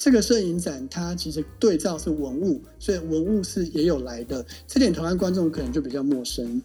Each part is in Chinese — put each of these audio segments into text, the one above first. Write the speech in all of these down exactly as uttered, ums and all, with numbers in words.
这个摄影展它其实对照是文物，所以文物是也有来的，这点台湾观众可能就比较陌生。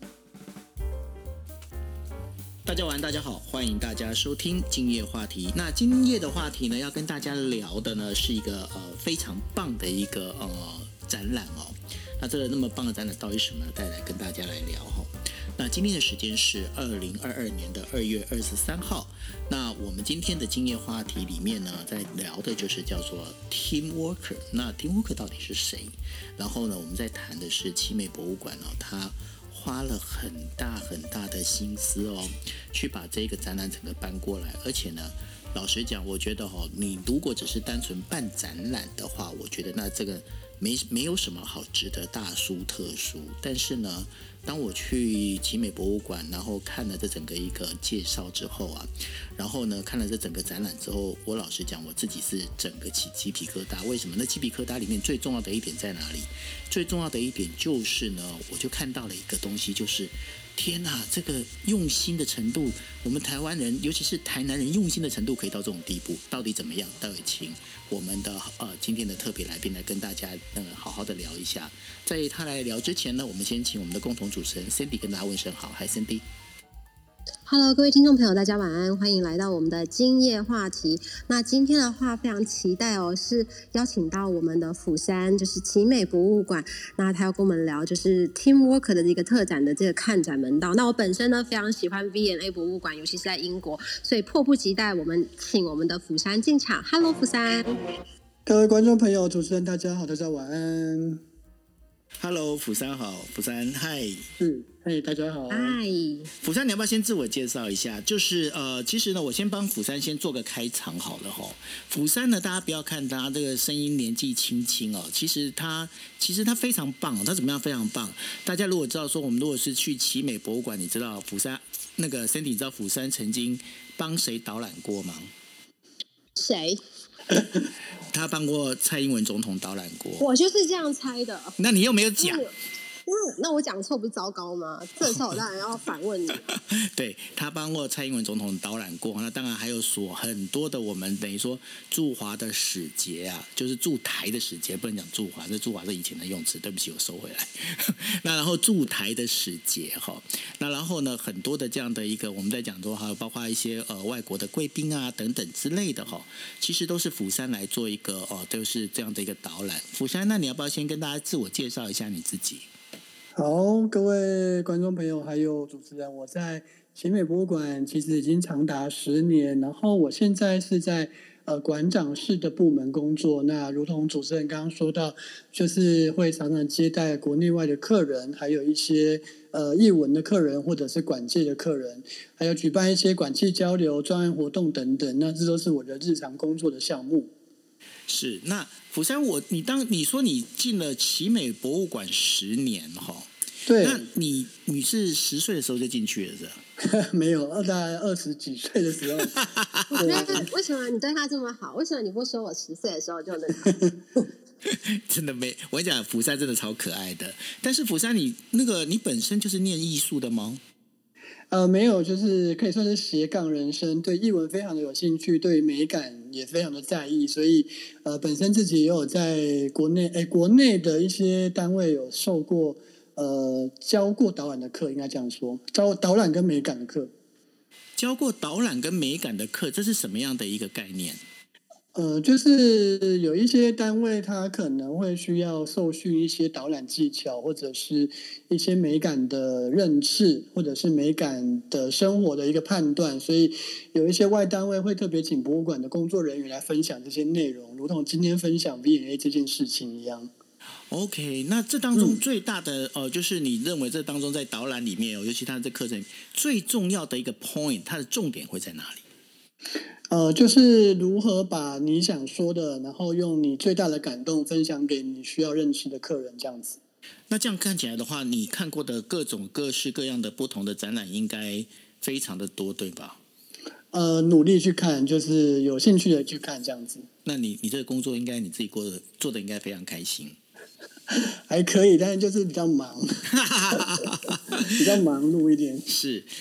大家晚，大家好，欢迎大家收听今夜话题。那今夜的话题呢，要跟大家聊的呢是一个呃非常棒的一个呃展览哦。那这个那么棒的展览到底是什么呢？带来跟大家来聊哈。那今天的时间是二零二二年的二月二十三号。那我们今天的今夜话题里面呢，在聊的就是叫做 Team Worker。那 Team Worker 到底是谁？然后呢，我们在谈的是奇美博物馆哦，它花了很大很大的心思哦，去把这个展览整个搬过来。而且呢，老实讲，我觉得哦，你如果只是单纯办展览的话，我觉得那这个没没有什么好值得大书特书。但是呢，当我去奇美博物馆，然后看了这整个一个介绍之后啊，然后呢看了这整个展览之后，我老实讲，我自己是整个起鸡皮疙瘩。为什么？那鸡皮疙瘩里面最重要的一点在哪里？最重要的一点就是呢，我就看到了一个东西，就是天哪，这个用心的程度，我们台湾人，尤其是台南人用心的程度可以到这种地步，到底怎么样？到底请我们的呃今天的特别来宾来跟大家呃好好的聊一下。在他来聊之前呢，我们先请我们的共同主持人 Cindy 跟大家问声好。Hi Cindy。Hello， 各位听众朋友，大家晚安，欢迎来到我们的今夜话题。那今天的话，非常期待哦，是邀请到我们的釜山，就是奇美博物馆。那他要跟我们聊，就是 Team Worker 的一个特展的这个看展门道。那我本身呢，非常喜欢 V and A 博物馆，尤其是在英国，所以迫不及待，我们请我们的釜山进场。Hello， 釜山。 各位观众朋友、主持人，大家好，大家晚安。 Hello， 釜山好，釜山嗨。 嗯，嘿，大家好。 嗨， 釜山，你要不要先自我介绍一下？就是呃，其实呢，我先帮釜山先做个开场好了哈。釜山呢，大家不要看他这个声音年纪轻轻哦，其实他其实他非常棒，他怎么样非常棒？大家如果知道说，我们如果是去奇美博物馆，你知道釜山那个 Cindy， 你知道釜山曾经帮谁导览过吗？ 谁？ 他帮过蔡英文总统导览过。 我就是这样猜的。 那你又没有讲。 那那我讲错不是糟糕吗？这时候我当然要反问你。 对，他帮过蔡英文总统导览过，那当然还有所很多的我们等于说驻华的使节啊，就是驻台的使节，不能讲驻华，这驻华是以前的用词，对不起，我收回来。那然后驻台的使节哈，那然后呢，很多的这样的一个我们在讲说还有包括一些呃外国的贵宾啊等等之类的哈，其实都是釜山来做一个哦，都是这样的一个导览。釜山，那你要不要先跟大家自我介绍一下你自己？ 好，各位观众朋友还有主持人，我在奇美博物馆其实已经长达十年，然后我现在是在呃馆长室的部门工作。那如同主持人刚刚说到，就是会常常接待国内外的客人，还有一些呃艺文的客人或者是馆界的客人，还有举办一些馆际交流、专案活动等等。那这都是我的日常工作的项目。 是，那釜山我，你当你说你进了奇美博物馆十年哈， 对， 那你你是十岁的时候就进去了是吧？ 没有，大概二十几岁的时候。 为什么你对他这么好？为什么你不说我十岁的时候就能？ 真的没，我跟你讲，釜山真的超可爱的。但是釜山你那个你本身就是念艺术的吗？ 呃，没有，就是可以算是斜杠人生，对艺文非常的有兴趣，对美感也非常的在意，所以呃，本身自己也有在国内，哎，国内的一些单位有受过呃教过导览的课，应该这样说，教导览跟美感的课。 教过导览跟美感的课，这是什么样的一个概念？ 呃，就是有一些单位，它可能会需要受训一些导览技巧，或者是一些美感的认识，或者是美感的生活的一个判断，所以有一些外单位会特别请博物馆的工作人员来分享这些内容，如同今天分享 V and A 这件事情一样。 OK， 那这当中最大的、嗯、呃，就是你认为这当中在导览里面，尤其它这课程最重要的一个 point， 它的重点会在哪里？ 呃，就是如何把你想说的，然后用你最大的感动分享给你需要认识的客人，这样子。 那这样看起来的话，你看过的各种各式各样的不同的展览，应该非常的多，对吧？ 呃，努力去看，就是有兴趣的去看，这样子。 那你你这个工作应该你自己过得做的应该非常开心。 还可以，但是就是比较忙，比较忙碌一点。 是，哎，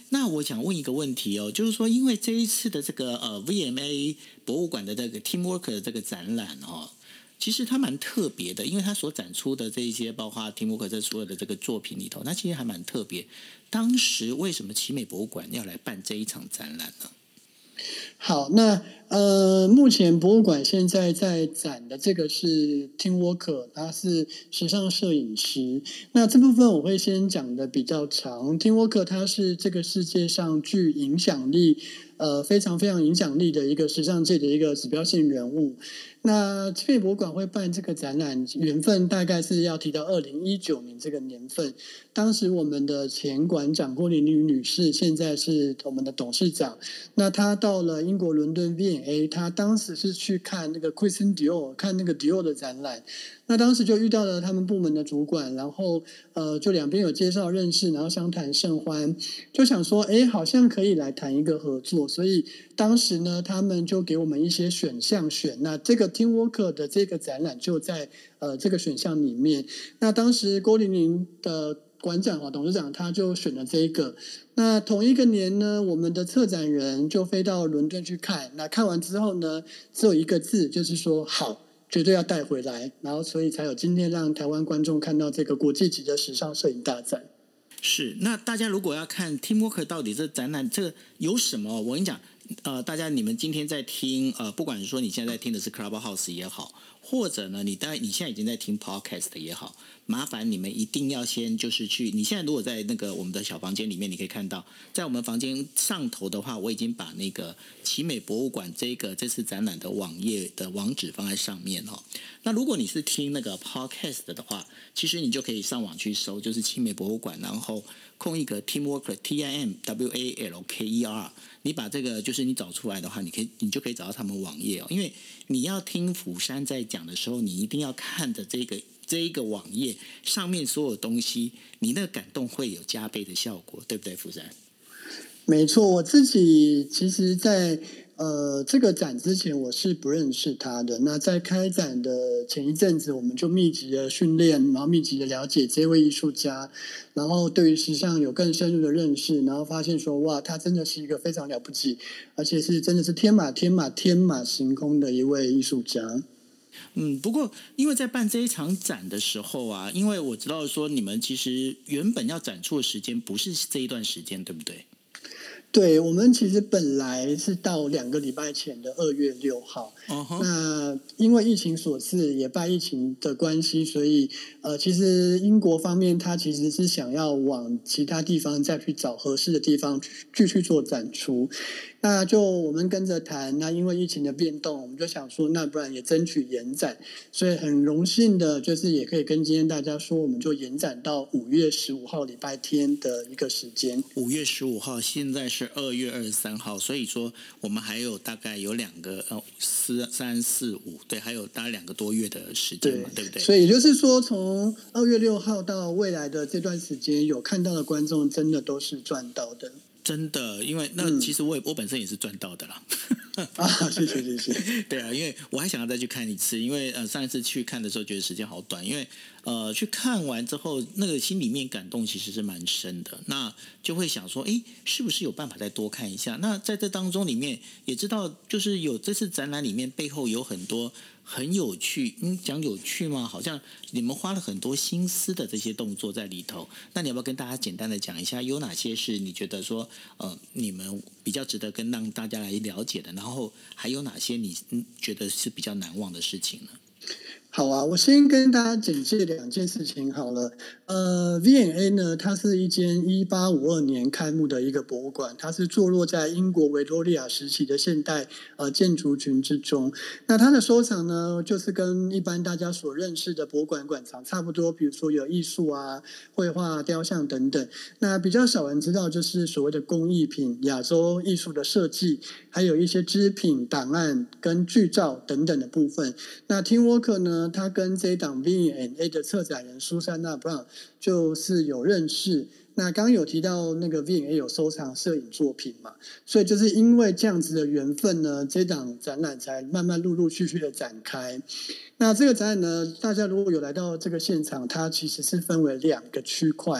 那我想问一个问题哦，就是说，因为这一次的这个呃 V M A 博物馆的这个 Teamwork 的这个展览哦，其实它蛮特别的，因为它所展出的这一些，包括 Teamwork 这所有的这个作品里头，它其实还蛮特别。当时为什么奇美博物馆要来办这一场展览呢？ 好，那呃，目前博物馆现在在展的这个是 Tim Walker， 他是时尚摄影师。那这部分我会先讲的比较长。Tim Walker 他是这个世界上具影响力，呃，非常非常影响力的一个时尚界的一个指标性人物。那奇美博物馆会办这个展览，缘分大概是要提到二零一九年这个年份。当时我们的前馆长郭玲玲女士，现在是我们的董事长。那她到了英国伦敦 V and A， 她当时是去看那个 Christian Dior， 看那个 Dior 的展览。那当时就遇到了他们部门的主管，然后呃，就两边有介绍认识，然后相谈甚欢，就想说，哎，好像可以来谈一个合作。所以当时呢，他们就给我们一些选项选。那这个 Tim Walker 的这个展览就在呃这个选项里面。那当时郭玲玲的馆长啊，董事长他就选了这个。那同一个年呢，我们的策展人就飞到伦敦去看。那看完之后呢，只有一个字，就是说好。绝对要带回来，然后所以才有今天让台湾观众看到这个国际级的时尚摄影大展。 是，那大家如果要看 Teamwork 到底这展览这个有什么，我跟你讲，呃，大家你们今天在听，呃，不管说你现在在听的是 Clubhouse 也好，或者呢，你当你现在已经在听 Podcast 也好，麻烦你们一定要先就是去，你现在如果在那个我们的小房间里面，你可以看到，在我们房间上头的话，我已经把那个奇美博物馆这个这次展览的网页的网址放在上面哦。那如果你是听那个 Podcast 的话，其实你就可以上网去搜，就是奇美博物馆，然后空一个 Teamwork T I M W A L K E R， 你把这个就是你找出来的话，你可以你就可以找到他们网页哦。因为你要听釜山在讲的时候，你一定要看着这个这一个网页上面所有东西，你那个感动会有加倍的效果，对不对，釜山？ 没错，我自己其实在呃这个展之前我是不认识他的。那在开展的前一阵子，我们就密集的训练，然后密集的了解这位艺术家，然后对于时尚有更深入的认识，然后发现说哇，他真的是一个非常了不起，而且是真的是天马天马天马行空的一位艺术家。 嗯，不过因为在办这一场展的时候啊，因为我知道说你们其实原本要展出的时间不是这一段时间，对不对？ 对，我们其实本来是到两个礼拜前的二月六号， uh-huh. 那因为疫情所赐，也拜疫情的关系，所以呃，其实英国方面他其实是想要往其他地方再去找合适的地方继续做展出。那就我们跟着谈，那因为疫情的变动，我们就想说，那不然也争取延展，所以很荣幸的，就是也可以跟今天大家说，我们就延展到五月十五号礼拜天的一个时间。 五月十五号，现在是二月二十三号，所以说我们还有大概有两个呃四三四五，对，还有大概两个多月的时间嘛， 对, 对不对？ 所以也就是说，从二月六号到未来的这段时间，有看到的观众真的都是赚到的。 真的，因为那其实我也、嗯、我本身也是赚到的啦。 啊，谢谢谢谢。 对啊，因为我还想要再去看一次，因为呃上一次去看的时候觉得时间好短，因为呃去看完之后那个心里面感动其实是蛮深的，那就会想说，哎，是不是有办法再多看一下？那在这当中里面也知道，就是有这次展览里面背后有很多很有趣，嗯，讲有趣吗？好像你们花了很多心思的这些动作在里头。那你要不要跟大家简单的讲一下，有哪些是你觉得说，呃，你们比较值得跟让大家来了解的？然后还有哪些你觉得是比较难忘的事情呢？ 好啊，我先跟大家简介两件事情好了。呃 ，V and A 呢，它是一间一八五二年开幕的一个博物馆，它是坐落在英国维多利亚时期的现代呃建筑群之中。那它的收藏呢，就是跟一般大家所认识的博物馆馆藏差不多，比如说有艺术啊、绘画、雕像等等。那比较少人知道，就是所谓的工艺品、亚洲艺术的设计，还有一些织品、档案跟剧照等等的部分。那 Tim Walker 呢？他跟这一档 V and A 的策展人苏珊娜·布朗就是有认识。那刚刚有提到那个 V and A 有收藏摄影作品嘛，所以就是因为这样子的缘分呢，这档展览才慢慢陆陆续续的展开。那这个展览呢，大家如果有来到这个现场，它其实是分为两个区块。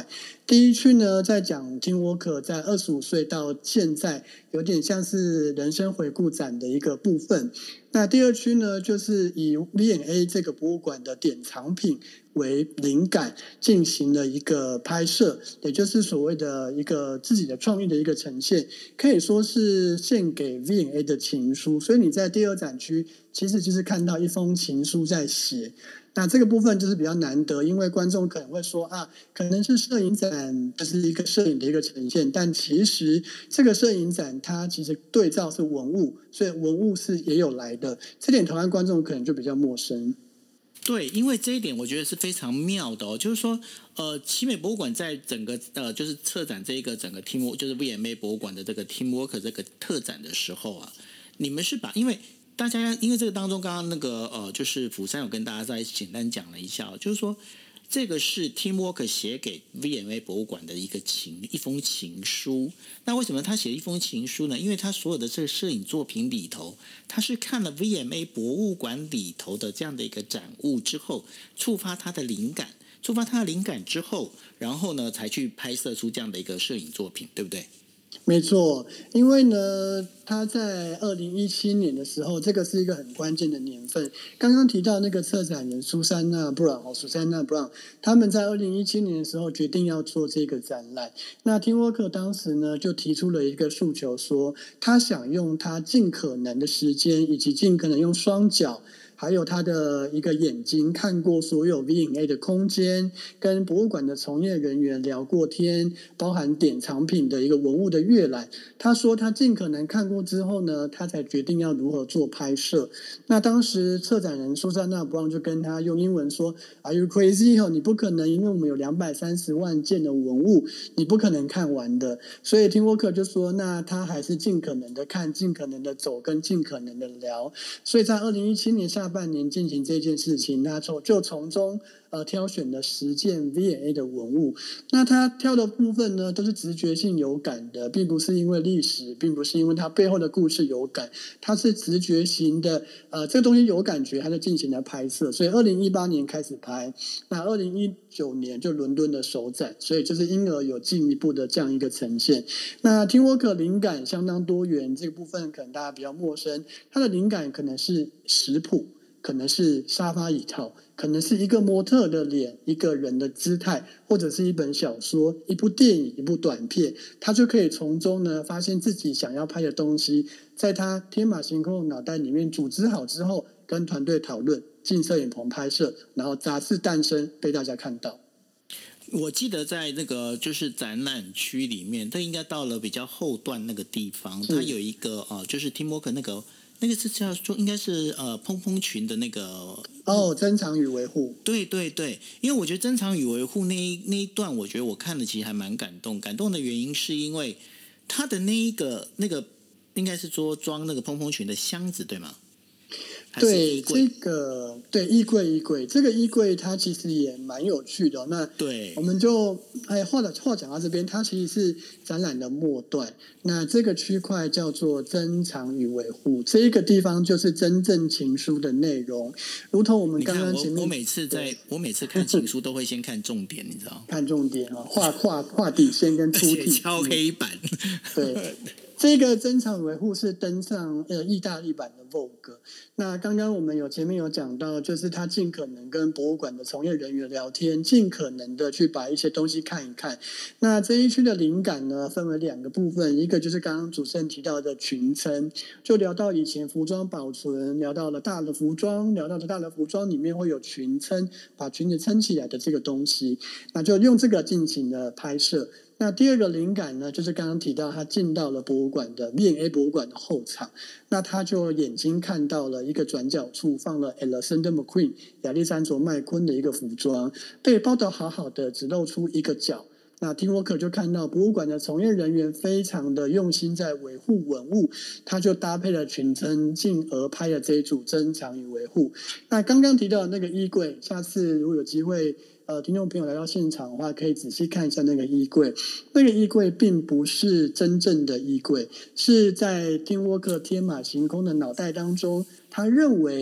第一区呢，在讲 Tim Walker 在二十五岁到现在，有点像是人生回顾展的一个部分。那第二区呢，就是以 V and A 这个博物馆的典藏品为灵感进行了一个拍摄，也就是所谓的一个自己的创意的一个呈现，可以说是献给 V and A 的情书。所以你在第二展区其实就是看到一封情书在写。那这个部分就是比较难得，因为观众可能会说啊，可能是摄影展就是一个摄影的一个呈现，但其实这个摄影展它其实对照是文物，所以文物是也有来的，这点台湾观众可能就比较陌生。 对，因为这一点我觉得是非常妙的哦，就是说，呃，奇美博物馆在整个呃，就是策展这一个整个 team， 就是 V and A 博物馆的这个 Tim Walker 这个特展的时候啊，你们是把因为。大家因为这个当中，刚刚那个呃，就是釜山有跟大家再简单讲了一下，就是说这个是 Tim Walker 写给 V and A 博物馆的一个情一封情书。那为什么他写一封情书呢？因为他所有的这个摄影作品里头，他是看了 V and A 博物馆里头的这样的一个展物之后，触发他的灵感，触发他的灵感之后，然后呢才去拍摄出这样的一个摄影作品，对不对？ 没错，因为呢，他在二零一七年的时候，这个是一个很关键的年份。刚刚提到那个策展人苏珊娜·布朗，哦，苏珊娜·布朗，他们在二零一七年的时候决定要做这个展览。那 Tim Walker 当时呢，就提出了一个诉求说，他想用他尽可能的时间，以及尽可能用双脚。还有他的一个眼睛看过所有 V and A 的空间，跟博物馆的从业人员聊过天，包含典藏品的一个文物的阅览。他说他尽可能看过之后呢，他才决定要如何做拍摄。那当时策展人苏珊娜·布朗就跟他用英文说 Are you crazy？ 你不可能，因为我们有两百三十万件的文物，你不可能看完的。所以 Tim Walker 就说，那他还是尽可能的看，尽可能的走，跟尽可能的聊。所以在二零一七年下半年进行这件事情，他就从中呃挑选了十件 V and A 的文物。那他挑的部分呢，都是直觉性有感的，并不是因为历史，并不是因为它背后的故事有感，它是直觉型的。呃，这个东西有感觉，他就进行了拍摄。所以二零一八年开始拍，那二零一九年就伦敦的首展，所以就是因而有进一步的这样一个呈现。那 Tim Walker 灵感相当多元，这个部分可能大家比较陌生，他的灵感可能是食谱。可能是沙发椅套，可能是一个模特的脸，一个人的姿态，或者是一本小说、一部电影、一部短片，他就可以从中呢发现自己想要拍的东西，在他天马行空的脑袋里面组织好之后，跟团队讨论，进摄影棚拍摄，然后杂志诞生，被大家看到。 我记得在那个就是展览区里面，这应该到了比较后段那个地方，它有一个呃，就是 Tim Walker 那个。那个是叫做应该是呃蓬蓬裙的那个哦，珍藏与维护。 对对对，因为我觉得珍藏与维护那一那一段，我觉得我看了其实还蛮感动。感动的原因是因为他的那一个那个应该是说装那个蓬蓬裙的箱子，对吗？ 对，这个对衣柜衣柜这个衣柜它其实也蛮有趣的、哦。那对， 我们就哎话的话讲到这边，它其实是展览的末段。那这个区块叫做珍藏与维护，这一个地方就是真正情书的内容，如同我们刚刚前面， 我, 我每次在我每次看情书都会先看重点，你知道？ 看重点啊，画画画底线跟凸体， 敲黑板。 对。这个珍藏维护是登上呃意大利版的 Vogue。那刚刚我们有前面有讲到，就是他尽可能跟博物馆的从业人员聊天，尽可能的去把一些东西看一看。那这一区的灵感呢，分为两个部分，一个就是刚刚主持人提到的裙撑，就聊到以前服装保存，聊到了大的服装，聊到了大的服装里面会有裙撑，把裙子撑起来的这个东西，那就用这个进行了拍摄。那第二个灵感呢，就是刚刚提到他进到了博物馆的 V and A 博物馆的后场，那他就眼睛看到了一个转角处放了 Alexander McQueen 亚历山卓麦昆的一个服装，被包得好好的，只露出一个角。那 Tim Walker 就看到博物馆的从业人员非常的用心在维护文物，他就搭配了裙撑，进而拍了这一组珍藏与维护。那刚刚提到的那个衣柜，下次如果有机会呃，听众朋友来到现场的话，可以仔细看一下那个衣柜。那个衣柜并不是真正的衣柜，是在Tim Walker天马行空的脑袋当中，他认为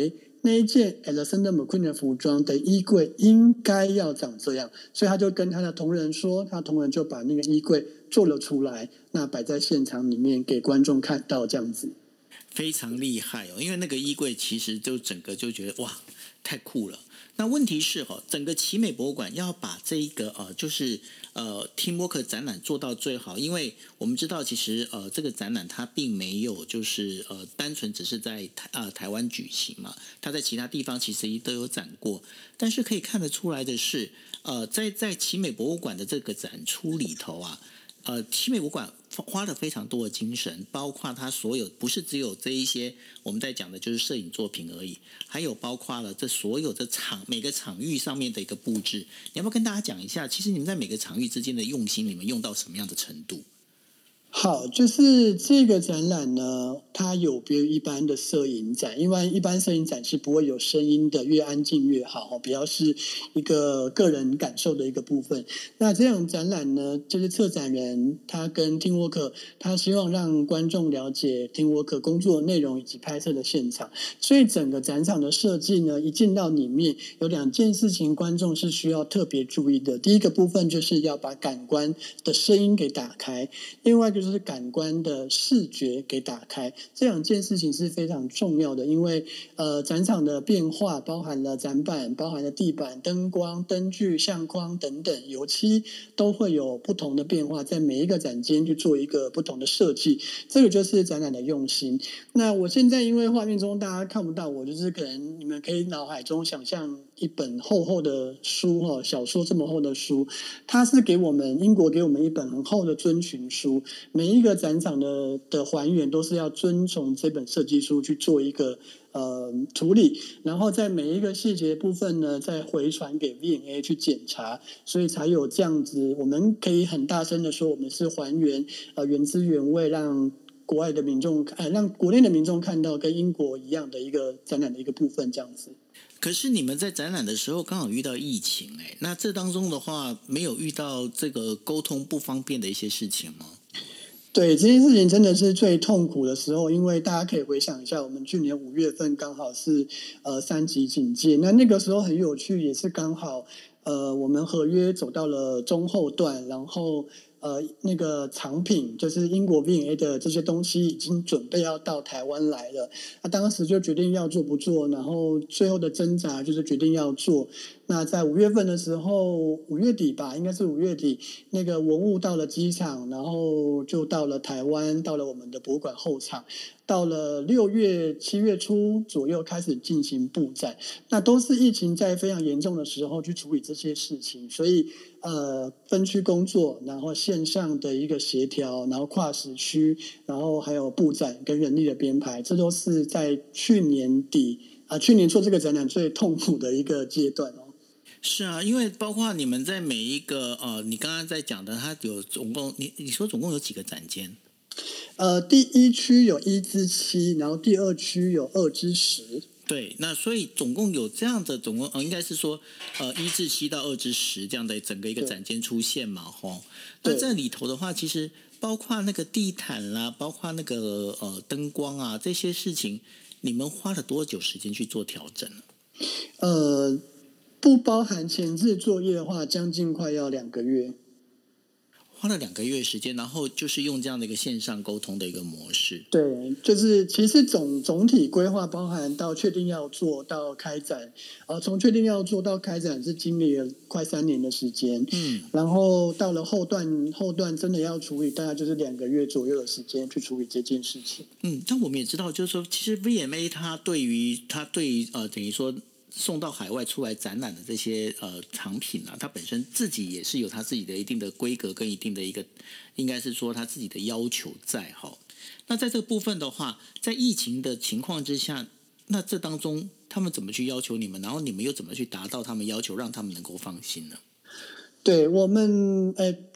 那一件 Alexander McQueen 的服装的衣柜应该要长这样，所以他就跟他的同仁说，他同仁就把那个衣柜做了出来，那摆在现场里面给观众看到这样子。 非常厉害哦，因为那个衣柜其实就整个就觉得哇，太酷了。那问题是哈、哦，整个奇美博物馆要把这一个呃，就是呃 Teamwork 展览做到最好，因为我们知道其实呃这个展览它并没有就是呃单纯只是在台呃台湾举行嘛，它在其他地方其实都有展过，但是可以看得出来的是，呃在在奇美博物馆的这个展出里头啊。呃，奇美博物馆花了非常多的精神，包括它所有不是只有这一些我们在讲的就是摄影作品而已，还有包括了这所有的场每个场域上面的一个布置。你要不要跟大家讲一下，其实你们在每个场域之间的用心，你们用到什么样的程度？ 好，就是这个展览呢，它有别于一般的摄影展，因为一般摄影展是不会有声音的，越安静越好，比较是一个个人感受的一个部分。那这样展览呢，就是策展人他跟 Teamwork， 他希望让观众了解 Teamwork 工作内容以及拍摄的现场，所以整个展场的设计呢，一进到里面有两件事情，观众是需要特别注意的。第一个部分就是要把感官的声音给打开，另外就是感官的视觉给打开，这两件事情是非常重要的，因为呃展场的变化包含了展板、包含了地板、灯光、灯具、相框等等，油漆都会有不同的变化，在每一个展间去做一个不同的设计，这个就是展览的用心。那我现在因为画面中大家看不到我，就是可能你们可以脑海中想象一本厚厚的书哦，小说这么厚的书，它是给我们英国给我们一本很厚的遵循书，每一个展场的的还原都是要遵从这本设计书去做一个呃处理，然后在每一个细节部分呢，再回传给 V and A 去检查，所以才有这样子，我们可以很大声的说，我们是还原呃原汁原味，让国外的民众呃让国内的民众看到跟英国一样的一个展览的一个部分，这样子。 可是你们在展览的时候刚好遇到疫情，哎，那这当中的话，没有遇到这个沟通不方便的一些事情吗？ 对，这件事情真的是最痛苦的时候，因为大家可以回想一下，我们去年五月份刚好是呃三级警戒，那那个时候很有趣，也是刚好呃我们合约走到了中后段，然后呃那个藏品就是英国 V and A 的这些东西已经准备要到台湾来了，那当时就决定要做不做，然后最后的挣扎就是决定要做。那在五月份的时候，五月底吧，应该是五月底，那个文物到了机场，然后就到了台湾，到了我们的博物馆后场，到了六月、七月初左右开始进行布展。那都是疫情在非常严重的时候去处理这些事情，所以呃分区工作，然后线上的一个协调，然后跨时区，然后还有布展跟人力的编排，这都是在去年底啊、呃，去年做这个展览最痛苦的一个阶段哦。 是啊，因为包括你们在每一个呃，你刚刚在讲的，它有总共你你说总共有几个展间？ 呃，第一区有一至七，然后第二区有二至十。 对，那所以总共有这样的总共呃，应该是说呃一至七到二至十这样的整个一个展间出现嘛，吼。那这里头的话，其实包括那个地毯啦，包括那个呃灯光啊这些事情，你们花了多久时间去做调整呢？ 呃。不包含前置作业的话，将近快要两个月， 花了两个月时间，然后就是用这样的一个线上沟通的一个模式。 对，就是其实总总体规划包含到确定要做到开展，呃，从确定要做到开展是经历了快三年的时间， 嗯， 然后到了后段，后段真的要处理，大概就是两个月左右的时间去处理这件事情。 嗯，但我们也知道，就是说，其实 V M A 它对于它对于呃等于说。送到海外出来展览的这些呃藏品啊，它本身自己也是有它自己的一定的规格跟一定的一个，应该是说它自己的要求在哈。那在这个部分的话，在疫情的情况之下，那这当中他们怎么去要求你们，然后你们又怎么去达到他们要求，让他们能够放心呢？ 对我们，呃，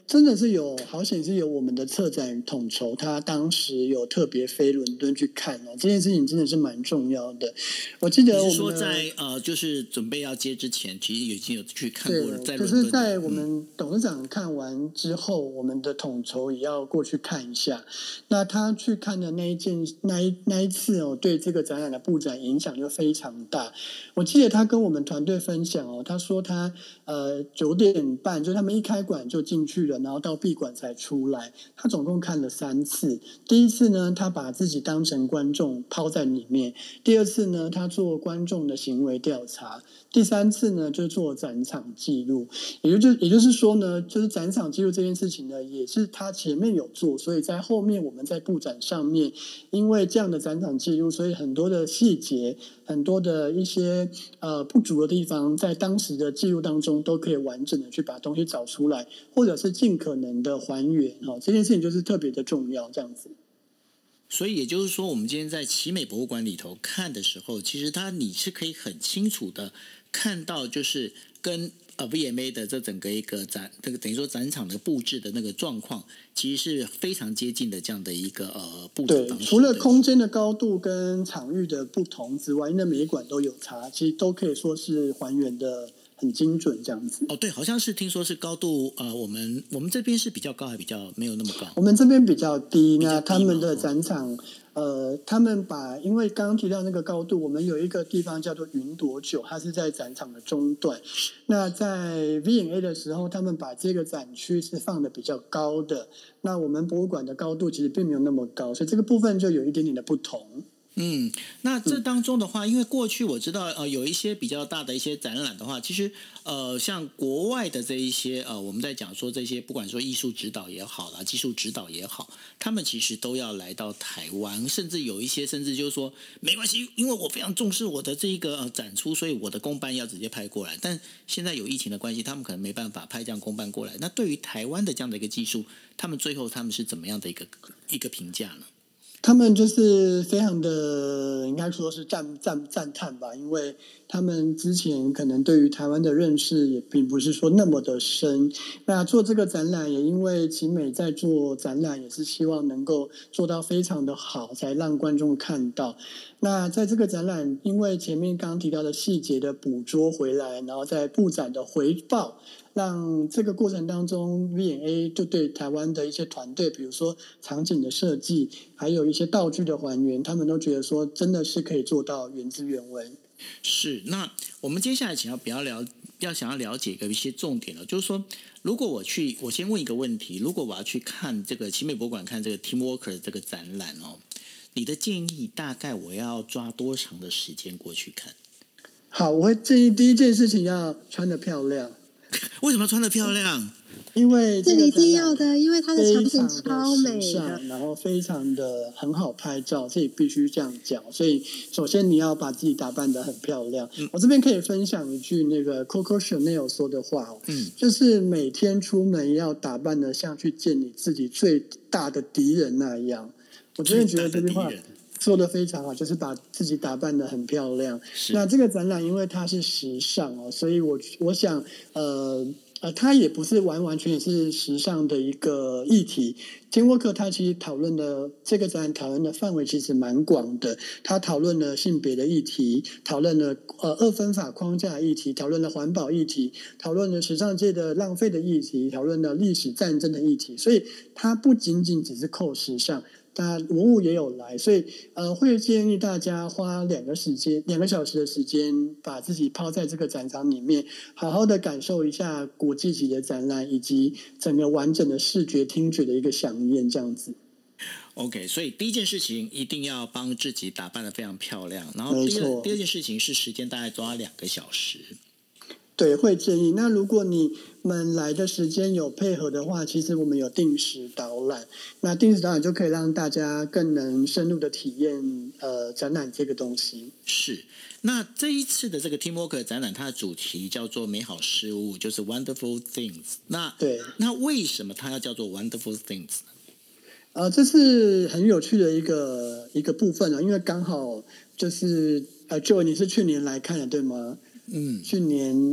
真的是有，好险是有我们的策展统筹，他当时有特别飞伦敦去看哦，这件事情真的是蛮重要的。我记得我们你是说在呃，就是准备要接之前，其实已经有去看过了，在就伦敦。 是在我们董事长看完之后，嗯、我们的统筹也要过去看一下。那他去看的那一件那一那一次哦，对这个展览的布展影响就非常大。我记得他跟我们团队分享哦，他说他呃九点半就他们一开馆就进去了，然后到闭馆才出来。他总共看了三次。第一次呢，他把自己当成观众抛在里面；第二次呢，他做观众的行为调查；第三次呢，就做展场记录。也就也就是说呢，就是展场记录这件事情呢，也是他前面有做，所以在后面我们在布展上面，因为这样的展场记录，所以很多的细节，很多的一些呃不足的地方，在当时的记录当中都可以完整的去把东西找出来，或者是尽可能的还原哦。这件事情就是特别的重要，这样子。 所以也就是说，我们今天在奇美博物馆里头看的时候，其实它你是可以很清楚的看到，就是跟呃 V M A 的这整个一个展，这个等于说展场的布置的那个状况，其实是非常接近的这样的一个呃布置方式。 对，除了空间的高度跟场域的不同之外，因为每一馆都有差，其实都可以说是还原的很精准这样子。 哦，对，好像是听说是高度，呃，我们我们这边是比较高，还比较没有那么高。 我们这边比较低， 比较低那他们的展场，呃，他们把因为刚刚提到那个高度，我们有一个地方叫做云朵九，它是在展场的中段。那在 V and A 的时候，他们把这个展区是放的比较高的。那我们博物馆的高度其实并没有那么高，所以这个部分就有一点点的不同。 嗯，那这当中的话，因为过去我知道，呃，有一些比较大的一些展览的话，其实，呃，像国外的这一些，呃，我们在讲说这些，不管说艺术指导也好啦，技术指导也好，他们其实都要来到台湾，甚至有一些，甚至就是说，没关系，因为我非常重视我的这一个呃展出，所以我的公办要直接派过来。但现在有疫情的关系，他们可能没办法派这样公办过来。那对于台湾的这样的一个技术，他们最后他们是怎么样的一个一个评价呢？ 他们就是非常的，应该说是赞赞赞叹吧，因为他们之前可能对于台湾的认识也并不是说那么的深。那做这个展览也因为奇美在做展览，也是希望能够做到非常的好，才让观众看到。那在这个展览，因为前面刚刚提到的细节的捕捉回来，然后在布展的回报，让这个过程当中 V and A 就对台湾的一些团队，比如说场景的设计，还有一些道具的还原，他们都觉得说真的是可以做到原汁原味。 是，那我们接下来想要比较了，要想要了解一个一些重点了，就是说，如果我去，我先问一个问题，如果我要去看这个奇美博物馆看这个 Team Walker 这个展览哦，你的建议大概我要抓多长的时间过去看？ 好，我会建议第一件事情要穿得漂亮。 为什么穿得漂亮？ 因为这一定要的，因为它的场景超美的， 然后非常的很好拍照，这也必须这样讲。所以首先你要把自己打扮得很漂亮。嗯、我这边可以分享一句那个 Coco Chanel 说的话哦，嗯，就是每天出门要打扮得像去见你自己最大的敌人那样。我真的觉得这句话说得非常好，就是把自己打扮得很漂亮。那这个展览因为它是时尚哦，所以我我想呃。呃，它也不是完完全全是时尚的一个议题。Team Walker 它其实讨论的这个展览讨论的范围其实蛮广的，它讨论了性别的议题，讨论了呃二分法框架的议题，讨论了环保议题，讨论了时尚界的浪费的议题，讨论了历史战争的议题，所以它不仅仅只是扣时尚。那文物也有来，所以呃，会建议大家花两个时间、两个小时的时间，把自己抛在这个展场里面，好好的感受一下国际级的展览，以及整个完整的视觉、听觉的一个飨宴，这样子。 OK， 所以第一件事情一定要帮自己打扮得非常漂亮，然后第二第二件事情是时间大概抓两个小时。 对，会建议。那如果你们来的时间有配合的话，其实我们有定时导览。那定时导览就可以让大家更能深入的体验呃展览这个东西。 是。那这一次的这个 Team Walker 展览，它的主题叫做美好事物，就是 Wonderful Things。那对， 那为什么它要叫做 Wonderful Things 呢？ 呃，这是很有趣的一个一个部分啊，因为刚好就是呃，就你是去年来看的对吗？嗯，去年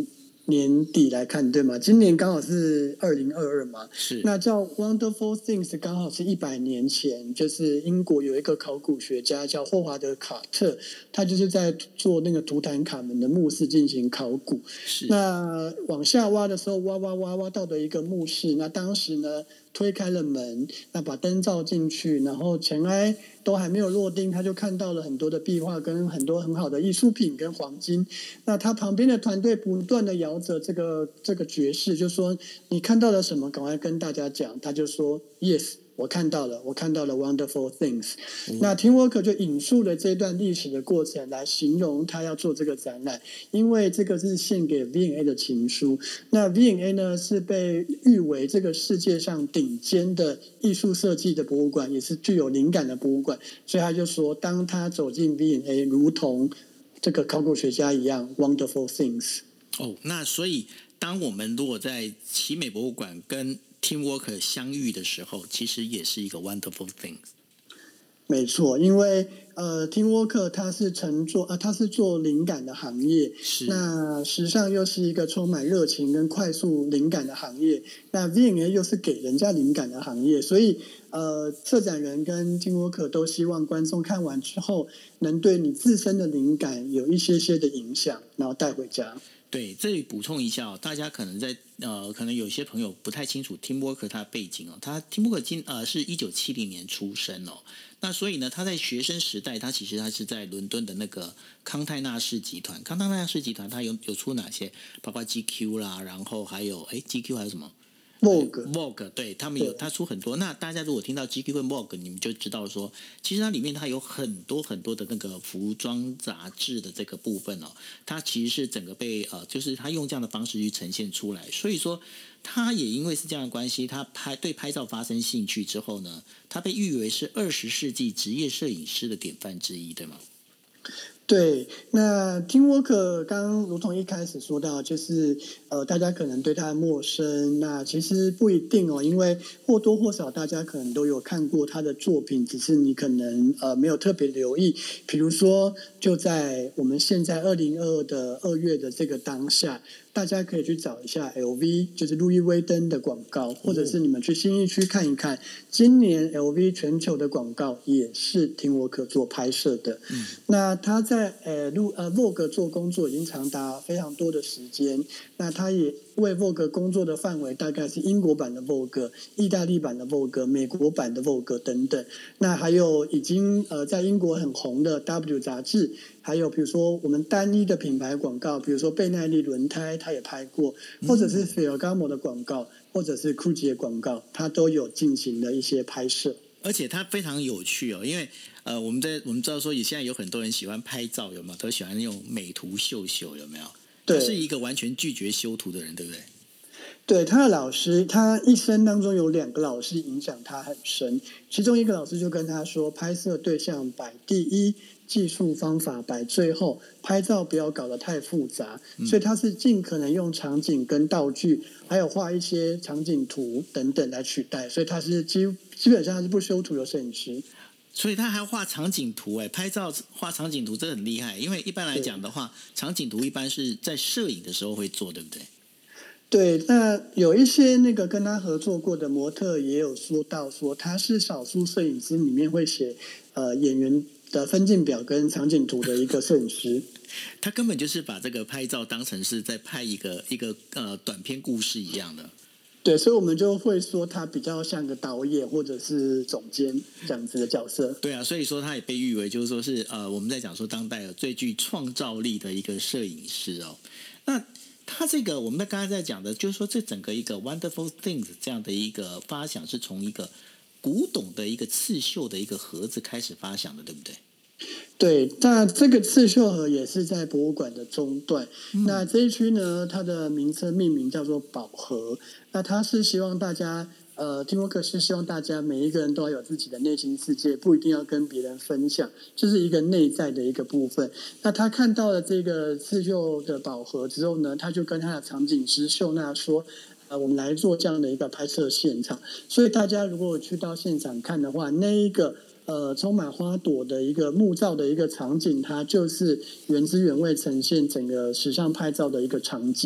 年底来看，对吗？今年刚好是二零二二嘛， 是。 那叫 Wonderful Things 刚好是一百年前，就是英国有一个考古学家叫霍华德·卡特，他就是在做那个图坦卡门的墓室进行考古。 是。 那往下挖的时候，挖挖挖挖到的一个墓室，那当时呢推开了门，那把灯照进去，然后尘埃都还没有落定，他就看到了很多的壁画跟很多很好的艺术品跟黄金。那他旁边的团队不断的摇着这个这个爵士，就说你看到了什么？赶快跟大家讲。他就说 Yes。我看到了，我看到了 wonderful things。嗯、那 Tim Walker 就引述了这段历史的过程来形容他要做这个展览，因为这个是献给 V and A 的情书。那 V and A 呢是被誉为这个世界上顶尖的艺术设计的博物馆，也是具有灵感的博物馆。所以他就说，当他走进 V and A， 如同这个考古学家一样 wonderful things。 哦，那所以当我们如果在奇美博物馆跟Tim Walker 相遇的时候，其实也是一个 wonderful thing。 没错，因为呃，Tim Walker 他是乘坐啊，他是做灵感的行业， 是那时尚又是一个充满热情跟快速灵感的行业，那 V and A 又是给人家灵感的行业，所以呃，策展人跟 Tim Walker 都希望观众看完之后，能对你自身的灵感有一些些的影响，然后带回家。 对，这里补充一下哦，大家可能在呃，可能有些朋友不太清楚 Tim Walker 他的背景哦，他 Tim Walker 今呃是一九七零年出生哦，那所以呢，他在学生时代，他其实他是在伦敦的那个康泰纳仕集团，康泰纳仕集团他有有出哪些，包括 G Q 啦，然后还有哎 G Q 还有什么？ Vogue Vogue 对他们有他出很多，那大家如果听到 G Q 跟 Vogue， 你们就知道说，其实它里面它有很多很多的那个服装杂志的这个部分哦，它其实是整个被呃，就是他用这样的方式去呈现出来，所以说他也因为是这样的关系，他拍对拍照发生兴趣之后呢，他被誉为是二十世纪职业摄影师的典范之一，对吗？ 对，那 Tim Walker 刚刚如同一开始说到，就是呃，大家可能对他陌生，那其实不一定哦，因为或多或少大家可能都有看过他的作品，只是你可能呃没有特别留意。比如说，就在我们现在二零二二的二月的这个当下，大家可以去找一下 L V， 就是路易威登的广告，或者是你们去信义区看一看，今年 L V 全球的广告也是 Tim Walker 做拍摄的。嗯、那他在呃路呃 Vogue 做工作已经长达非常多的时间，那他也为 Vogue 工作的范围大概是英国版的 Vogue、意大利版的 Vogue、美国版的 Vogue 等等。那还有已经呃在英国很红的 W 杂志。还有比如说我们单一的品牌广告，比如说贝耐利轮胎他也拍过，或者是 Ferragamo 的广告，或者是 Gucci 的广告，他都有进行了一些拍摄。 而且它非常有趣哦，因为呃，我们在我们知道说，现在有很多人喜欢拍照，有没有？都喜欢用美图秀秀，有没有？ 对， 他是一个完全拒绝修图的人，对不对？ 对，他的老师，他一生当中有两个老师影响他很深，其中一个老师就跟他说，拍摄对象摆第一，技术方法摆最后，拍照不要搞得太复杂，嗯、所以他是尽可能用场景跟道具，还有画一些场景图等等来取代，所以他是基基本上他是不修图的摄影师。 所以他还画场景图，哎，拍照画场景图，这很厉害。因为一般来讲的话，场景图一般是在摄影的时候会做，对不对？ 对，那有一些那个跟他合作过的模特也有说到说，他是少数摄影师里面会写呃演员的分镜表跟场景图的一个摄影师。 他根本就是把这个拍照当成是在拍一个一个呃短篇故事一样的。 对，所以我们就会说他比较像个导演或者是总监这样子的角色。 对啊，所以说他也被誉为就是说是呃我们在讲说当代最具创造力的一个摄影师哦。那他这个我们刚才在讲的，就是说这整个一个 Wonderful Things 这样的一个发想是从一个古董的一个刺绣的一个盒子开始发想的，对不对？ 对，那这个刺绣盒也是在博物馆的中段。嗯、那这一区呢，它的名称命名叫做宝盒。那它是希望大家，呃 ，Tim Walker 是希望大家每一个人都要有自己的内心世界，不一定要跟别人分享，这、就是一个内在的一个部分。那他看到了这个刺绣的宝盒之后呢，他就跟他的场景师秀娜说。呃，我们来做这样的一个拍摄现场，所以大家如果去到现场看的话，那一个呃充满花朵的一个木造的一个场景，它就是原汁原味呈现整个时尚拍照的一个场景。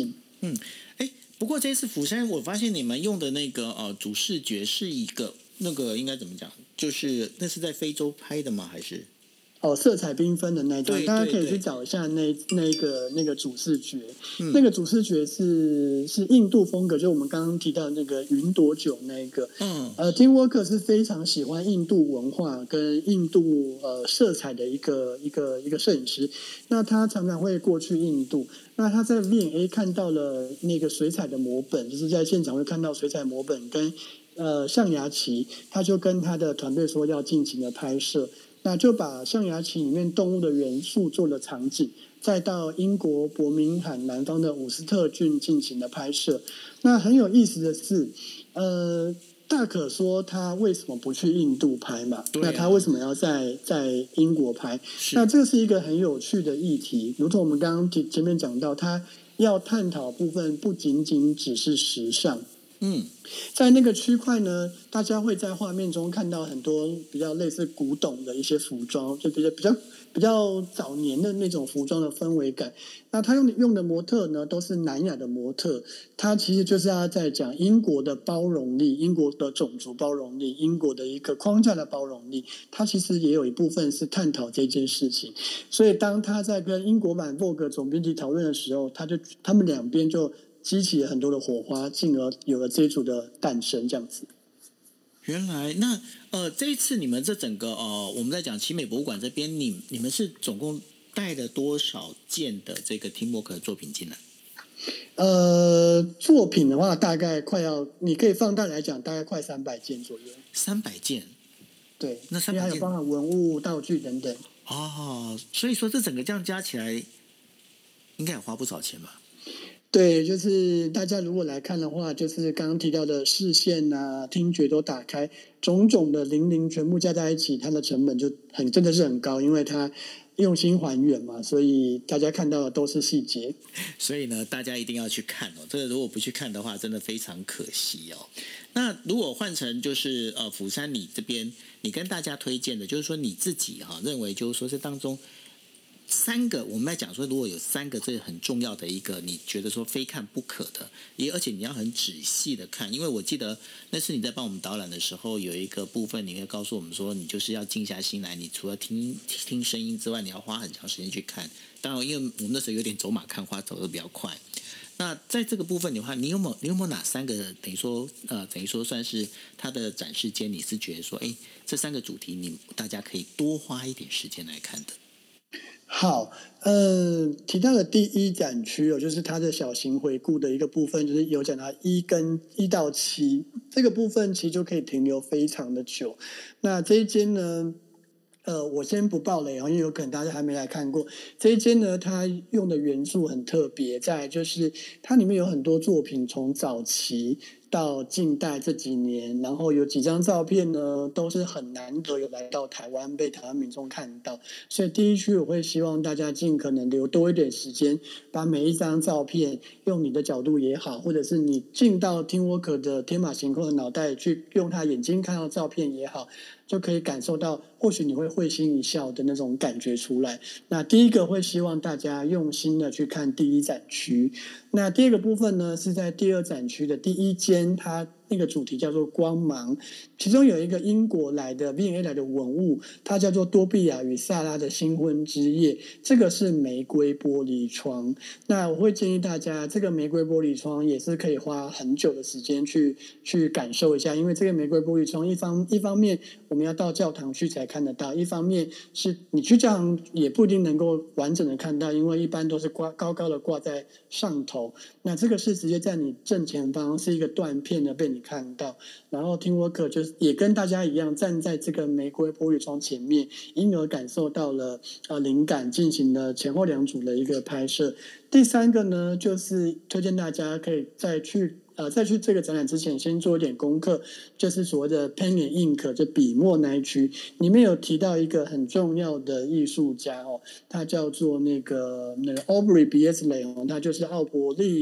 嗯，哎，不过这次釜山，我发现你们用的那个呃主视觉是一个那个应该怎么讲？就是那是在非洲拍的吗？还是？ 哦，色彩缤纷的那张， 对大家可以对对， 去找一下那那个那个主视觉， 嗯那个主视觉是是印度风格，就我们刚刚提到那个云朵酒那一个。 嗯呃，Tim Walker 是非常喜欢印度文化跟印度呃色彩的一个一个一个摄影师。那他常常会过去印度，那他在 V and A 看到了那个水彩的模本，就是在现场会看到水彩模本跟呃象牙旗，他就跟他的团队说要进行了拍摄。那就把象牙旗里面动物的元素做了场景，再到英国伯明翰南方的伍斯特郡进行了拍摄。那很有意思的是，呃，大可说他为什么不去印度拍嘛？ 对啊那他为什么要在在英国拍？那这是一个很有趣的议题，如同我们刚刚前前面讲到，他要探讨部分不仅仅只是时尚。 嗯， 在那个区块呢，大家会在画面中看到很多比较类似古董的一些服装，就比较比较比较早年的那种服装的氛围感。那他用用的模特呢，都是南亚的模特，他其实就是要在讲英国的包容力，英国的种族包容力，英国的一个框架的包容力。他其实也有一部分是探讨这件事情。所以当他在跟英国版 Vogue 总编辑讨论的时候，他就他们两边就激起了很多的火花，进而有了这一组的诞生，这样子。 原来那呃，这一次你们这整个呃，我们在讲奇美博物馆这边，你你们是总共带了多少件的这个 Tim Walker 的作品进来？ 呃，作品的话，大概快要，你可以放大来讲，大概快三百件左右。 三百件。 对， 那三百件因为还有包含文物、道具等等。 哦，所以说这整个这样加起来，应该也花不少钱吧？ 对，就是大家如果来看的话，就是刚刚提到的视线啊、听觉都打开，种种的零零全部加在一起，它的成本就很真的是很高，因为它用心还原嘛，所以大家看到的都是细节。 所以呢，大家一定要去看哦。这个如果不去看的话，真的非常可惜哦。那如果换成就是呃，釜山你这边，你跟大家推荐的，就是说你自己哈、啊、认为，就是说这当中。三个，我们来讲说，如果有三个，这是很重要的一个，你觉得说非看不可的，也而且你要很仔细的看，因为我记得那次你在帮我们导览的时候，有一个部分你会告诉我们说，你就是要静下心来，你除了听听声音之外，你要花很长时间去看。当然，因为我们那时候有点走马看花，走得比较快。那在这个部分的话，你有没有你有没有哪三个等于说呃等于说算是它的展示间，你是觉得说，哎，这三个主题你大家可以多花一点时间来看的？ 好，呃，提到的第一展区哦，就是它的小型回顾的一个部分，就是有讲到一跟一到七这个部分，其实就可以停留非常的久。那这一间呢，呃，我先不爆雷哦，因为有可能大家还没来看过这一间呢，它用的元素很特别，再来就是它里面有很多作品从早期到近代这几年，然后有几张照片呢，都是很难得有来到台湾被台湾民众看到，所以第一区我会希望大家尽可能留多一点时间，把每一张照片用你的角度也好，或者是你进到 Tim Walker 的天马行空的脑袋去用他眼睛看到照片也好，就可以感受到或许你会会心一笑的那种感觉出来。那第一个会希望大家用心的去看第一展区，那第二个部分呢是在第二展区的第一间，它那个主题叫做光芒，其中有一个英国来的 V and A 来的文物，它叫做多比亚与萨拉的新婚之夜，这个是玫瑰玻璃窗。那我会建议大家，这个玫瑰玻璃窗也是可以花很久的时间去去感受一下，因为这个玫瑰玻璃窗一方一方面我们要到教堂去才看得到，一方面是你去教堂也不一定能够完整的看到，因为一般都是挂高高的挂在上头，那这个是直接在你正前方是一个断片的被你看到，然后 Tim Walker 就也跟大家一样站在这个玫瑰玻璃窗前面，因而感受到了呃灵感，进行了前后两组的一个拍摄。第三个呢，就是推荐大家可以再去呃在去这个展览之前先做一点功课，就是所谓的 pen and ink 就笔墨那一区，里面有提到一个很重要的艺术家哦，他叫做那个那个 Aubrey Beardsley 哦，他就是奥伯利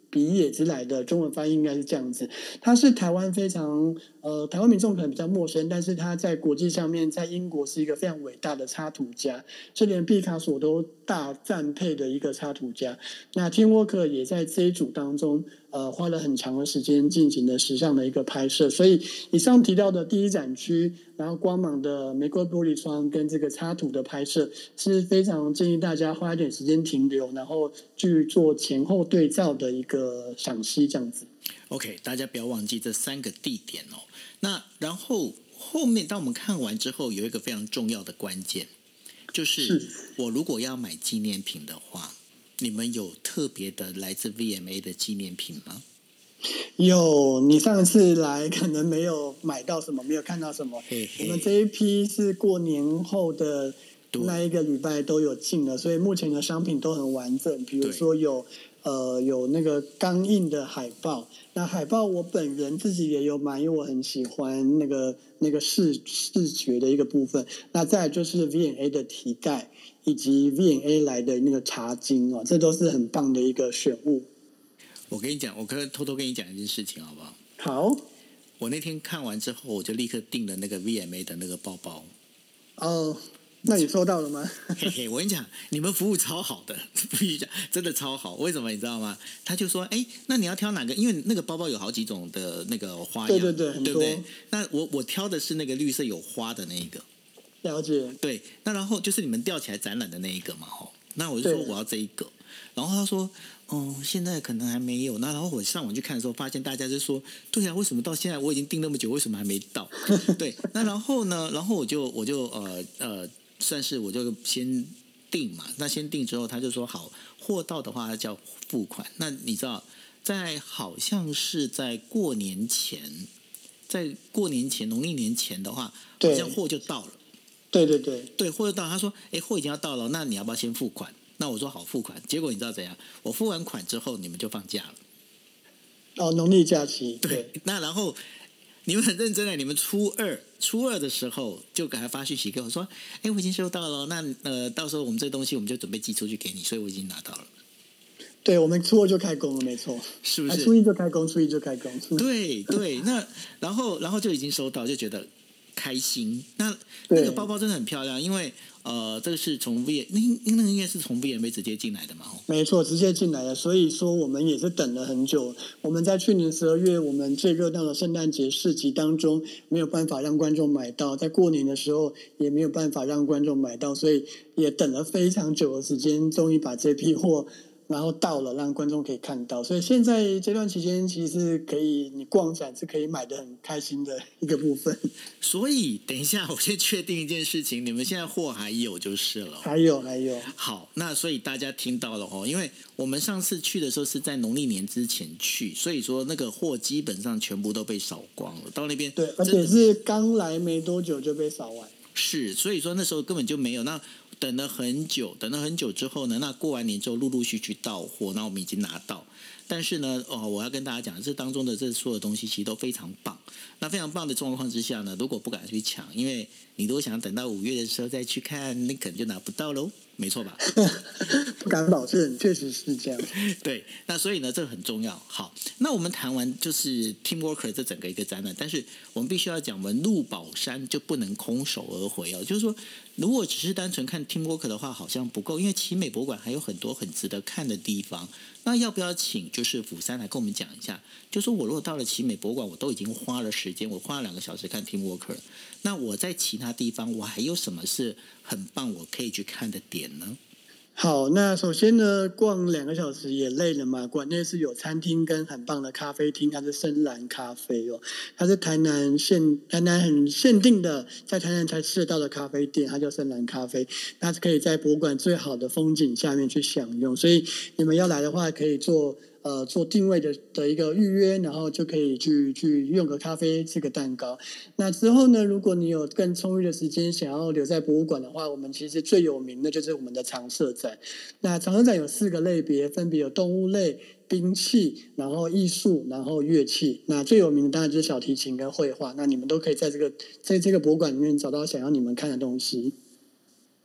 比野之来的，中文翻译应该是这样子。他是台湾非常呃，台湾民众可能比较陌生，但是他在国际上面，在英国是一个非常伟大的插图家，是连毕卡索都大赞佩的一个插图家。那 Tim Walker 也在这一组当中，呃，花了很长的时间进行了时尚的一个拍摄。所以以上提到的第一展区，然后光芒的玫瑰玻璃窗跟这个插图的拍摄，是非常建议大家花一点时间停留，然后去做前后对照的一个赏析，这样子。 OK， 大家不要忘记这三个地点哦。那然后后面当我们看完之后，有一个非常重要的关键，就是我如果要买纪念品的话，你们有特别的来自 V M A 的纪念品吗？ 有，你上次来可能没有买到什么，没有看到什么。 嘿嘿， 我们这一批是过年后的那一个礼拜都有进了，所以目前的商品都很完整。比如说有呃有那个钢印的海报，那海报我本人自己也有买，因为我很喜欢那个那个视视觉的一个部分。那再来就是 V M A 的提盖，以及 V M A 来的那个茶巾哦，这都是很棒的一个选物。 我跟你讲，我可以偷偷跟你讲一件事情，好不好？ 好。 我那天看完之后，我就立刻订了那个 V M A 的那个包包。 哦，那你收到了吗？ 嘿嘿，我跟你讲，你们服务超好的，必须讲，真的超好。为什么你知道吗？他就说，哎，那你要挑哪个？因为那个包包有好几种的那个花样， 对对对，很多。 对不对？那我我挑的是那个绿色有花的那一个。 了解。 对，那然后就是你们吊起来展览的那一个嘛，吼。那我就说我要这一个，然后他说，哦，现在可能还没有。那然后我上网去看的时候，发现大家就说，对啊，为什么到现在我已经订那么久，为什么还没到？对，那然后呢，然后我就我就呃呃，算是我就先订嘛。那先订之后，他就说好，货到的话叫付款。那你知道，在好像是在过年前，在过年前农历年前的话，好像货就到了。 对对对， 对，货就到，他说，哎，货已经要到了，那你要不要先付款？那我说好，付款。结果你知道怎样？我付完款之后，你们就放假了。 哦，农历假期。 对， 对， 那然后你们很认真的，你们初二初二的时候就给他发讯息给我说，哎，我已经收到了，那呃，到时候我们这东西我们就准备寄出去给你，所以我已经拿到了。 对，我们初二就开工了，没错， 是不是？ 初一就开工，初一就开工。 对对，那然后然后就已经收到，就觉得开心。那那个包包真的很漂亮，因为呃，这个是从 V 那那个应该是从 V M A 直接进来的嘛？ 没错，直接进来的。所以说我们也是等了很久。我们在去年十二月，我们最热闹的圣诞节市集当中，没有办法让观众买到，在过年的时候也没有办法让观众买到，所以也等了非常久的时间，终于把这批货。然后到了，让观众可以看到，所以现在这段期间其实是可以，你逛展是可以买的很开心的一个部分。 所以等一下，我先确定一件事情，你们现在货还有就是了。 还有还有。 好，那所以大家听到了哦，因为我们上次去的时候是在农历年之前去，所以说那个货基本上全部都被扫光了。到那边对，而且是刚来没多久就被扫完。 是，所以说那时候根本就没有。那等了很久，等了很久之后呢，那过完年之后陆陆续续到货，那我们已经拿到。但是呢，哦，我要跟大家讲，这当中的这所有东西其实都非常棒。那非常棒的状况之下呢，如果不敢去抢，因为你如果想等到五月的时候再去看，那可能就拿不到喽。没错吧？ 不敢保证，确实是这样。 对，那所以呢，这个很重要。好，那我们谈完就是 Tim Walker 这整个一个展览，但是我们必须要讲，我们入宝山就不能空手而回哦。就是说，如果只是单纯看 Tim Walker 的话，好像不够，因为奇美博物馆还有很多很值得看的地方。那要不要请就是釜山来跟我们讲一下？就说我如果到了奇美博物馆，我都已经花了时间，我花了两个小时看 Tim Walker， 那我在其他地方我还有什么是很棒我可以去看的点呢？ 好，那首先呢，逛两个小时也累了嘛。馆内是有餐厅跟很棒的咖啡厅，它是深蓝咖啡哦，它是台南限台南很限定的，在台南才吃得到的咖啡店，它叫深蓝咖啡。那可以在博物馆最好的风景下面去享用，所以你们要来的话，可以做。呃，做定位的的一个预约，然后就可以去去用个咖啡，吃个蛋糕。那之后呢，如果你有更充裕的时间，想要留在博物馆的话，我们其实最有名的就是我们的常设展。那常设展有四个类别，分别有动物类、兵器，然后艺术，然后乐器。那最有名的当然就是小提琴跟绘画。那你们都可以在这个在这个博物馆里面找到想要你们看的东西。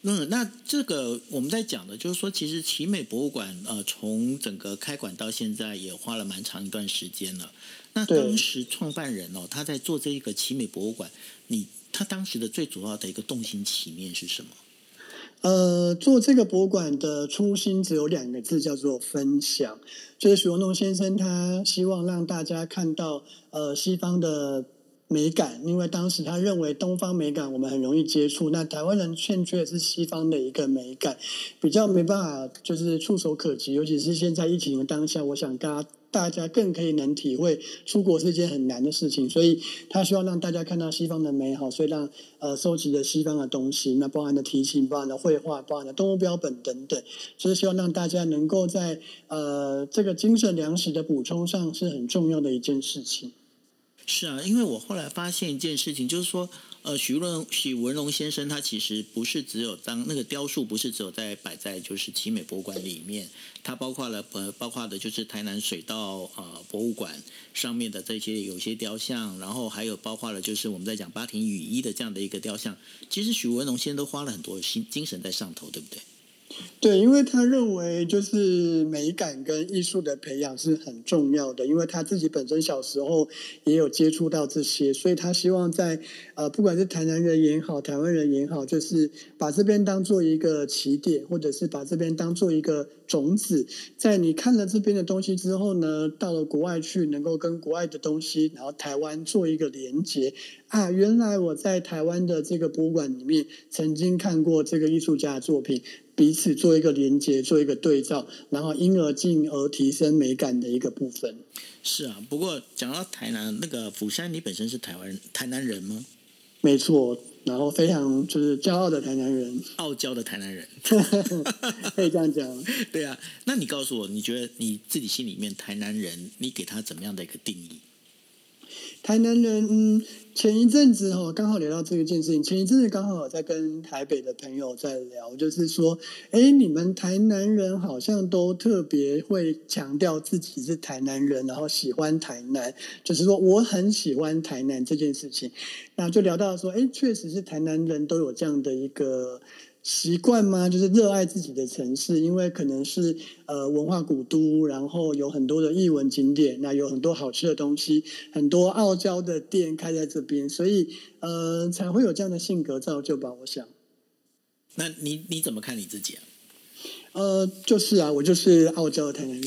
嗯，那这个我们在讲的就是说，其实奇美博物馆呃，从整个开馆到现在也花了蛮长一段时间了。那当时创办人哦，他在做这一个奇美博物馆，你他当时的最主要的一个动心起念是什么？ 呃，做这个博物馆的初心只有两个字，叫做分享。就是许文龙先生他希望让大家看到呃西方的美感，因为当时他认为东方美感我们很容易接触，那台湾人欠缺的是西方的一个美感，比较没办法就是触手可及，尤其是现在疫情的当下，我想大家大家更可以能体会出国是一件很难的事情，所以他希望让大家看到西方的美好，所以让呃收集了西方的东西，那包含的题型、包含的绘画、包含的动物标本等等，就是希望让大家能够在呃这个精神粮食的补充上是很重要的一件事情。 是啊，因为我后来发现一件事情，就是说，呃，许文许文龙先生他其实不是只有当那个雕塑，不是只有在摆在就是奇美博物馆里面，它包括了呃，包括的就是台南水稻呃博物馆上面的这些有些雕像，然后还有包括了就是我们在讲八庭雨衣的这样的一个雕像，其实许文龙先生都花了很多心精神在上头，对不对？ 对，因为他认为就是美感跟艺术的培养是很重要的，因为他自己本身小时候也有接触到这些，所以他希望在呃不管是台南人也好，台湾人也好，就是把这边当做一个起点，或者是把这边当做一个种子，在你看了这边的东西之后呢，到了国外去能够跟国外的东西，然后台湾做一个连结啊，原来我在台湾的这个博物馆里面曾经看过这个艺术家的作品，彼此做一个连接，做一个对照，然后因而进而提升美感的一个部分。 是啊，不过讲到台南那个釜山，你本身是台湾台南人吗？ 没错，然后非常就是骄傲的台南人， 傲娇的台南人， 可以这样讲。 对啊，那你告诉我，你觉得你自己心里面台南人，你给他怎么样的一个定义？ 台南人，嗯，前一阵子哈，刚好聊到这一件事情。前一阵子刚好在跟台北的朋友在聊，就是说，哎，你们台南人好像都特别会强调自己是台南人，然后喜欢台南，就是说我很喜欢台南这件事情。那就聊到说，哎，确实是台南人都有这样的一个习惯吗？就是热爱自己的城市，因为可能是呃文化古都，然后有很多的艺文景点，那有很多好吃的东西，很多傲娇的店开在这边，所以呃才会有这样的性格造就吧，我想。 那你你怎么看你自己啊？ 呃，就是啊，我就是傲娇的台南人，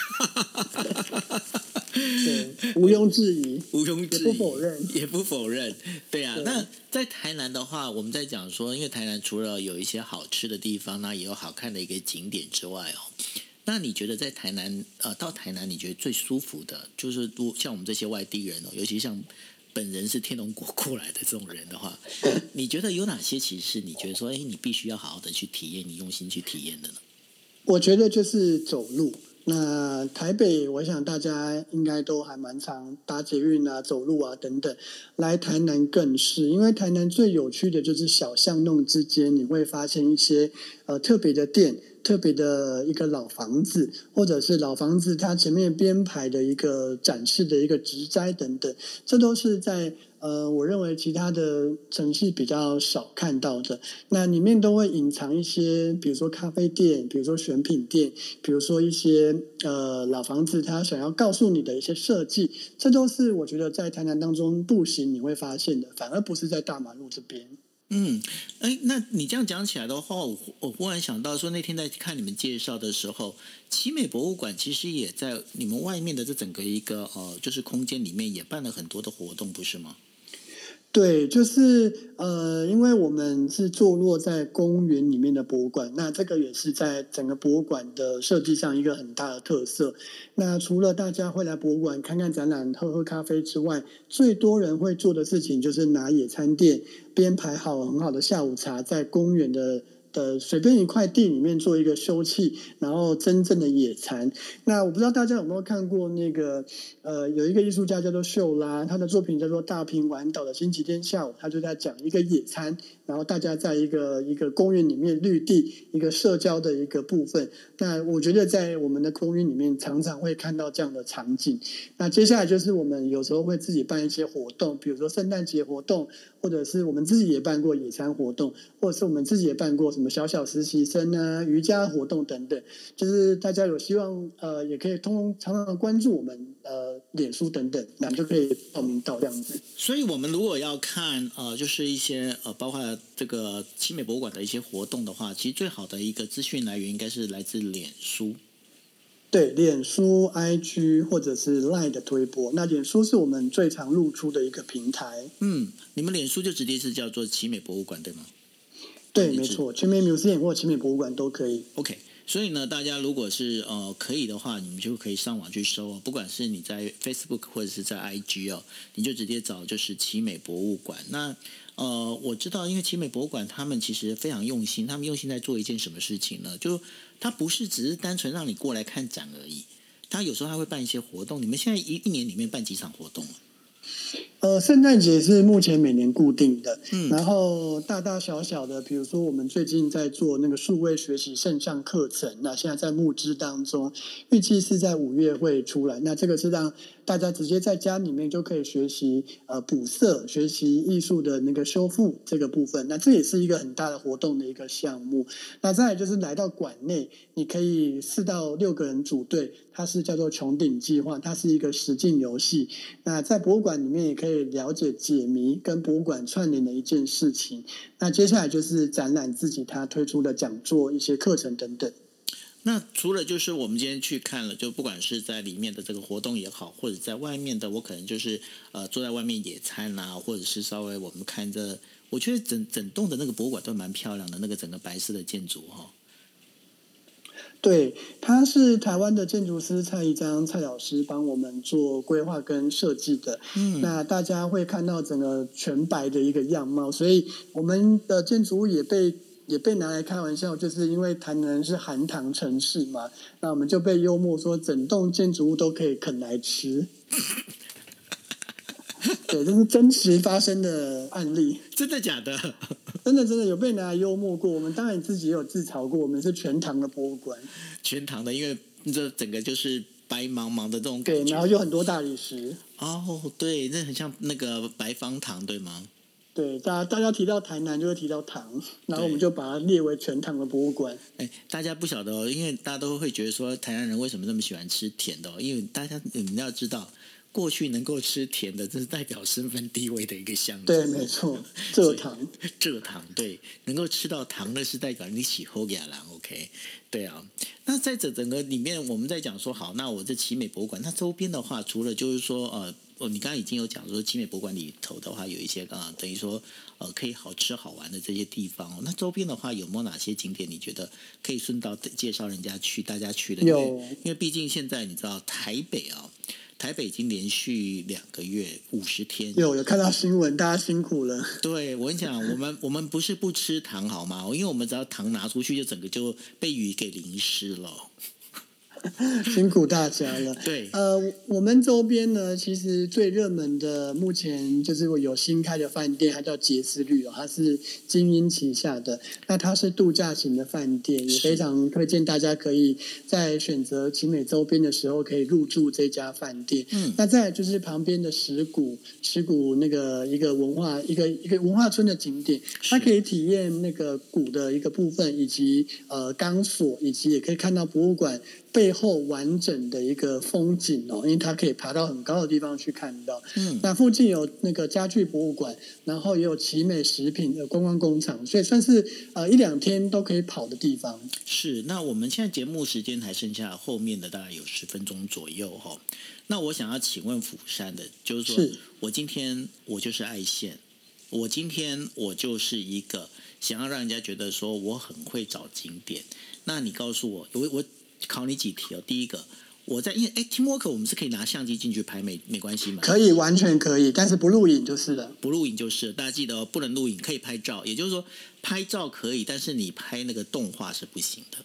对，毋庸置疑， 毋庸置疑， 也不否认， 也不否认。对啊， 对那在台南的话，我们在讲说，因为台南除了有一些好吃的地方，那也有好看的一个景点之外哦。那你觉得在台南呃，到台南你觉得最舒服的，就是像我们这些外地人哦，尤其像本人是天龙国过来的这种人的话，你觉得有哪些其实是你觉得说，哎，你必须要好好的去体验，你用心去体验的呢？ 我觉得就是走路。那台北，我想大家应该都还蛮常搭捷运啊、走路啊等等。来台南更是，因为台南最有趣的就是小巷弄之间，你会发现一些呃特别的店、特别的一个老房子，或者是老房子它前面编排的一个展示的一个植栽等等，这都是在呃我认为其他的城市比较少看到的。那里面都会隐藏一些，比如说咖啡店，比如说选品店，比如说一些呃老房子，它想要告诉你的一些设计，这都是我觉得在台南当中步行你会发现的，反而不是在大马路这边。 嗯，哎，那你这样讲起来的话，我我忽然想到说，那天在看你们介绍的时候，奇美博物馆其实也在你们外面的这整个一个呃，就是空间里面也办了很多的活动，不是吗？ 对，就是呃，因为我们是坐落在公园里面的博物馆，那这个也是在整个博物馆的设计上一个很大的特色。那除了大家会来博物馆看看展览、喝喝咖啡之外，最多人会做的事情就是拿野餐垫编排好很好的下午茶，在公园的的随便一块地里面做一个休憩，然后真正的野餐。那我不知道大家有没有看过那个呃，有一个艺术家叫做秀拉，他的作品叫做《大平丸岛的星期天下午》，他就在讲一个野餐，然后大家在一个一个公园里面绿地一个社交的一个部分。那我觉得在我们的公园里面常常会看到这样的场景。那接下来就是我们有时候会自己办一些活动，比如说圣诞节活动，或者是我们自己也办过野餐活动，或者是我们自己也办过什么什么小小实习生啊、瑜伽活动等等，就是大家有希望呃，也可以通通常常关注我们呃脸书等等，那就可以报名到这样子。 所以我们如果要看呃，就是一些呃，包括这个奇美博物馆的一些活动的话，其实最好的一个资讯来源应该是来自脸书。 对，脸书、I G 或者是 Line 的推播，那脸书是我们最常露出的一个平台。 嗯，你们脸书就直接是叫做奇美博物馆，对吗？ 对，没错，奇美 Museum 或奇美博物馆都可以。 OK， 所以呢，大家如果是呃可以的话，你们就可以上网去搜哦，不管是你在 Facebook 或者是在 I G 哦，你就直接找就是奇美博物馆。那呃，我知道，因为奇美博物馆他们其实非常用心，他们用心在做一件什么事情呢？就它不是只是单纯让你过来看展而已，它有时候还会办一些活动。你们现在一一年里面办几场活动啊？ 呃，圣诞节是目前每年固定的， 嗯， 然后大大小小的，比如说我们最近在做那个数位学习线上课程，那现在在募资当中，预计是在五月会出来。那这个是让大家直接在家里面就可以学习呃补色、学习艺术的那个修复这个部分。那这也是一个很大的活动的一个项目。那再来就是来到馆内，你可以四到六个人组队，它是叫做穹顶计划，它是一个实境游戏。那在博物馆里面也可以了解解谜跟博物馆串联的一件事情。那接下来就是展览自己他推出的讲座、一些课程等等。 那除了就是我们今天去看了，就不管是在里面的这个活动也好，或者在外面的，我可能就是呃坐在外面野餐啦、啊，或者是稍微我们看着，我觉得整整栋的那个博物馆都蛮漂亮的，那个整个白色的建筑哈、哦。 对，他是台湾的建筑师蔡一章蔡老师帮我们做规划跟设计的。嗯，那大家会看到整个全白的一个样貌，所以我们的建筑物也被也被拿来开玩笑，就是因为台南是含糖城市嘛，那我们就被幽默说整栋建筑物都可以啃来吃。对，这是真实发生的案例。 真的假的？ 真的真的有被拿来幽默过。我们当然自己也有自嘲过，我们是全糖的博物馆。 全糖的，因为这整个就是白茫茫的这种感觉。 对，然后有很多大理石。 哦，对，那很像那个白方糖，对吗？ 对，大家大家提到台南就会提到糖，然后我们就把它列为全糖的博物馆。 哎，大家不晓得哦，因为大家都会觉得说台南人为什么这么喜欢吃甜的、哦？因为大家你们要知道。过去能够吃甜的，这是代表身份地位的一个象征。 对，没错，蔗糖， 蔗糖，对，能够吃到糖的是代表你喜欢亚兰 ，OK， 对啊。那在这整个里面，我们在讲说，好，那我这奇美博物馆，它周边的话，除了就是说，呃，哦，你刚刚已经有讲说，奇美博物馆里头的话，有一些啊、呃，等于说，呃，可以好吃好玩的这些地方、哦。那周边的话，有没有哪些景点？你觉得可以顺道介绍人家去，大家去的？ 有， 因为因为毕竟现在你知道台北啊、哦。台北已经连续两个月五十天， 有有看到新闻，大家辛苦了。 对，我跟你讲，我们我们不是不吃糖好吗？因为我们只要糖拿出去，就整个就被雨给淋湿了。 辛苦大家了。 对， 呃，我们周边呢，其实最热门的，目前就是有新开的饭店，它叫杰斯旅哦，它是精英旗下的。那它是度假型的饭店，也非常推荐大家可以在选择奇美周边的时候，可以入住这家饭店。嗯，那再来就是旁边的石鼓，石鼓那个一个文化一个一个文化村的景点，它可以体验那个鼓的一个部分，以及呃钢索，以及也可以看到博物馆背后完整的一个风景哦，因为它可以爬到很高的地方去看到。嗯，那附近有那个家具博物馆，然后也有奇美食品的观光工厂，所以算是呃一两天都可以跑的地方。 是，那我们现在节目时间还剩下后面的大概有十分钟左右哈、哦。那我想要请问釜山的，就是说是我今天我就是爱线，我今天我就是一个想要让人家觉得说我很会找景点。那你告诉我，我我。考你几题哦。第一个，我在因为哎 ，Teamwork 我们是可以拿相机进去拍，没没关系吗？ 可以，完全可以，但是不录影就是了。 不录影就是了，大家记得哦，不能录影，可以拍照。也就是说，拍照可以，但是你拍那个动画是不行的。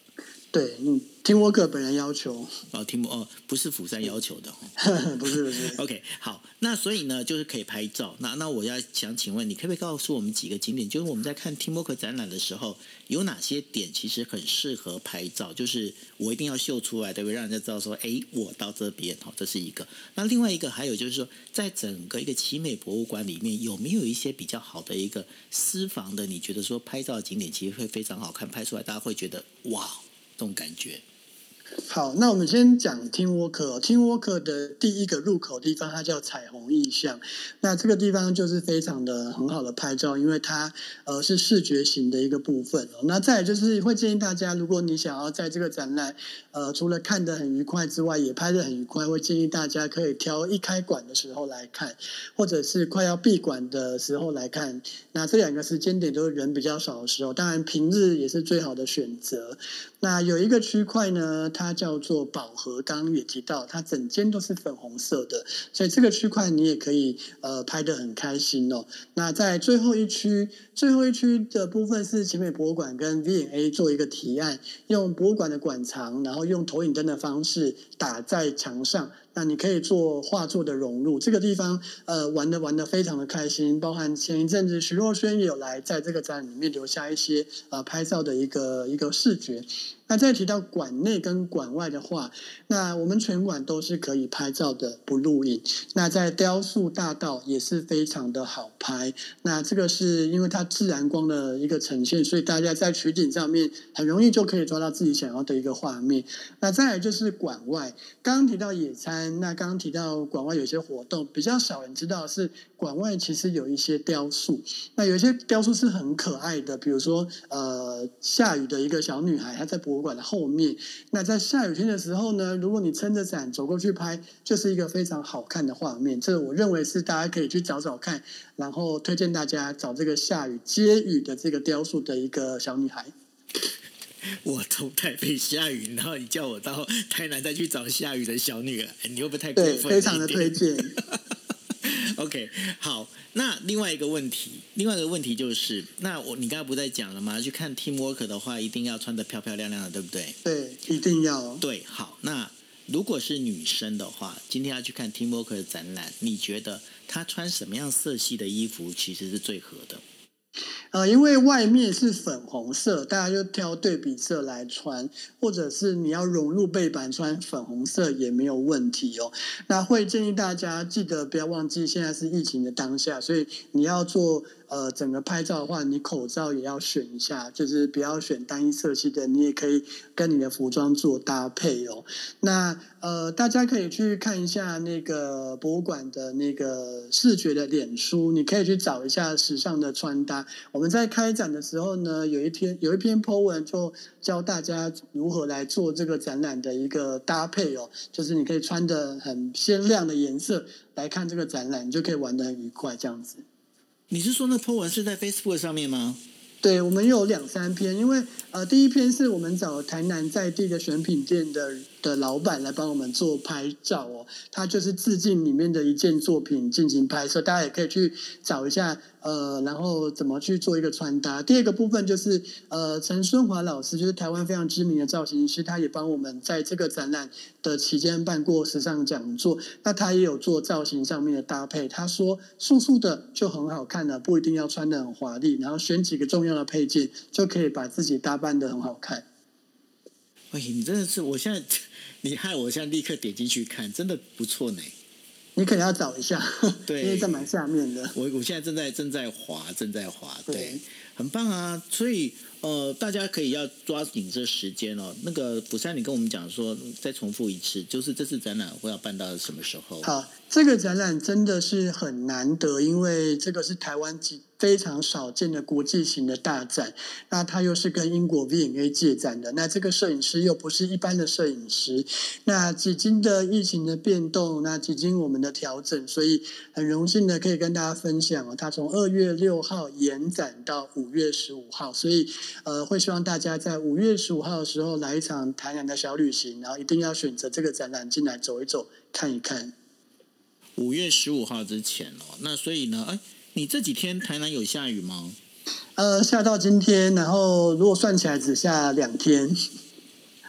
对，嗯，Teamwork 本人要求。 哦，Team 哦，不是釜山要求的哦，不是不是。 OK， 好，那所以呢，就是可以拍照。那那我要想请问你，可不可以告诉我们几个景点？就是我们在看 Teamwork 展览的时候，有哪些点其实很适合拍照？就是我一定要秀出来，对不对？让人家知道说，哎，我到这边，好，这是一个。那另外一个还有就是说，在整个一个奇美博物馆里面，有没有一些比较好的一个私房的？你觉得说拍照的景点其实会非常好看，拍出来大家会觉得哇，这种感觉。 好，那我们先讲 Teamwork。Teamwork 的第一个入口地方，它叫彩虹意象。那这个地方就是非常的很好的拍照，因为它呃是视觉型的一个部分哦。那再来就是会建议大家，如果你想要在这个展览呃除了看得很愉快之外，也拍得很愉快，会建议大家可以挑一开馆的时候来看，或者是快要闭馆的时候来看。那这两个时间点都是人比较少的时候，当然平日也是最好的选择。那有一个区块呢，它叫做宝盒，刚刚也提到，它整间都是粉红色的，所以这个区块你也可以呃拍得很开心哦。那在最后一区，最后一区的部分是奇美博物馆跟 V and A 做一个提案，用博物馆的馆藏，然后用投影灯的方式打在墙上。那你可以做画作的融入，这个地方呃玩的玩的非常的开心，包含前一阵子徐若瑄也有来在这个展里面留下一些呃拍照的一个一个视觉。那再提到馆内跟馆外的话，那我们全馆都是可以拍照的，不录影。那在雕塑大道也是非常的好拍，那这个是因为它自然光的一个呈现，所以大家在取景上面很容易就可以抓到自己想要的一个画面。那再来就是馆外，刚刚提到野餐，那刚刚提到馆外有些活动，比较少人知道的是馆外其实有一些雕塑，那有一些雕塑是很可爱的，比如说呃下雨的一个小女孩，她在博物馆的后面。那在下雨天的时候呢，如果你撑着伞走过去拍，就是一个非常好看的画面。这我认为是大家可以去找找看，然后推荐大家找这个下雨接雨的这个雕塑的一个小女孩。 我从台北下雨，然后你叫我到台南再去找下雨的小女儿，你会不会太过分了一点？ 对，非常的推荐。 OK， 好，那另外一个问题，另外一个问题就是，那我你刚才不在讲了吗？去看 Teamwork 的话，一定要穿得漂漂亮亮的，对不对？ 对，一定要。 对，好，那如果是女生的话，今天要去看 Teamwork 的展览，你觉得她穿什么样色系的衣服其实是最合的？ 呃，因为外面是粉红色，大家就挑对比色来穿，或者是你要融入背板穿粉红色也没有问题哦。那会建议大家记得不要忘记，现在是疫情的当下，所以你要做呃整个拍照的话，你口罩也要选一下，就是不要选单一色系的，你也可以跟你的服装做搭配哦。那呃，大家可以去看一下那个博物馆的那个视觉的脸书，你可以去找一下时尚的穿搭。我们在开展的时候呢，有一天有一篇 po 文就教大家如何来做这个展览的一个搭配哦，就是你可以穿的很鲜亮的颜色来看这个展览，你就可以玩得很愉快这样子。 你是说那 po 文是在 Facebook 上面吗？ 对，我们有两三篇，因为呃，第一篇是我们找台南在地的选品店的的老板来帮我们做拍照哦，他就是致敬里面的一件作品进行拍摄，大家也可以去找一下呃，然后怎么去做一个穿搭。第二个部分就是呃，陈孙华老师就是台湾非常知名的造型师，他也帮我们在这个展览的期间办过时尚讲座，那他也有做造型上面的搭配。他说素素的就很好看了，不一定要穿得很华丽，然后选几个重要的配件就可以把自己打扮得很好看。 喂，你真的是，我现在你害我现在立刻点进去看，真的不错呢。 你可能要找一下， 对， 因为在蛮下面的。 我我现在正在正在滑，正在滑，对， 对很棒啊！所以呃，大家可以要抓紧这时间哦。那个釜山，你跟我们讲说，再重复一次，就是这次展览会要办到什么时候？ 好，这个展览真的是很难得，因为这个是台湾非常少见的国际型的大展，那它又是跟英国 V and A 借展的，那这个摄影师又不是一般的摄影师，那几经的疫情的变动，那几经我们的调整，所以很荣幸的可以跟大家分享哦，它从二月六号延展到五月十五号，所以呃会希望大家在五月十五号的时候来一场台南的小旅行，然后一定要选择这个展览进来走一走看一看。 五月十五号之前哦，那所以呢，哎。你这几天台南有下雨吗？ 呃，下到今天，然后如果算起来只下两天。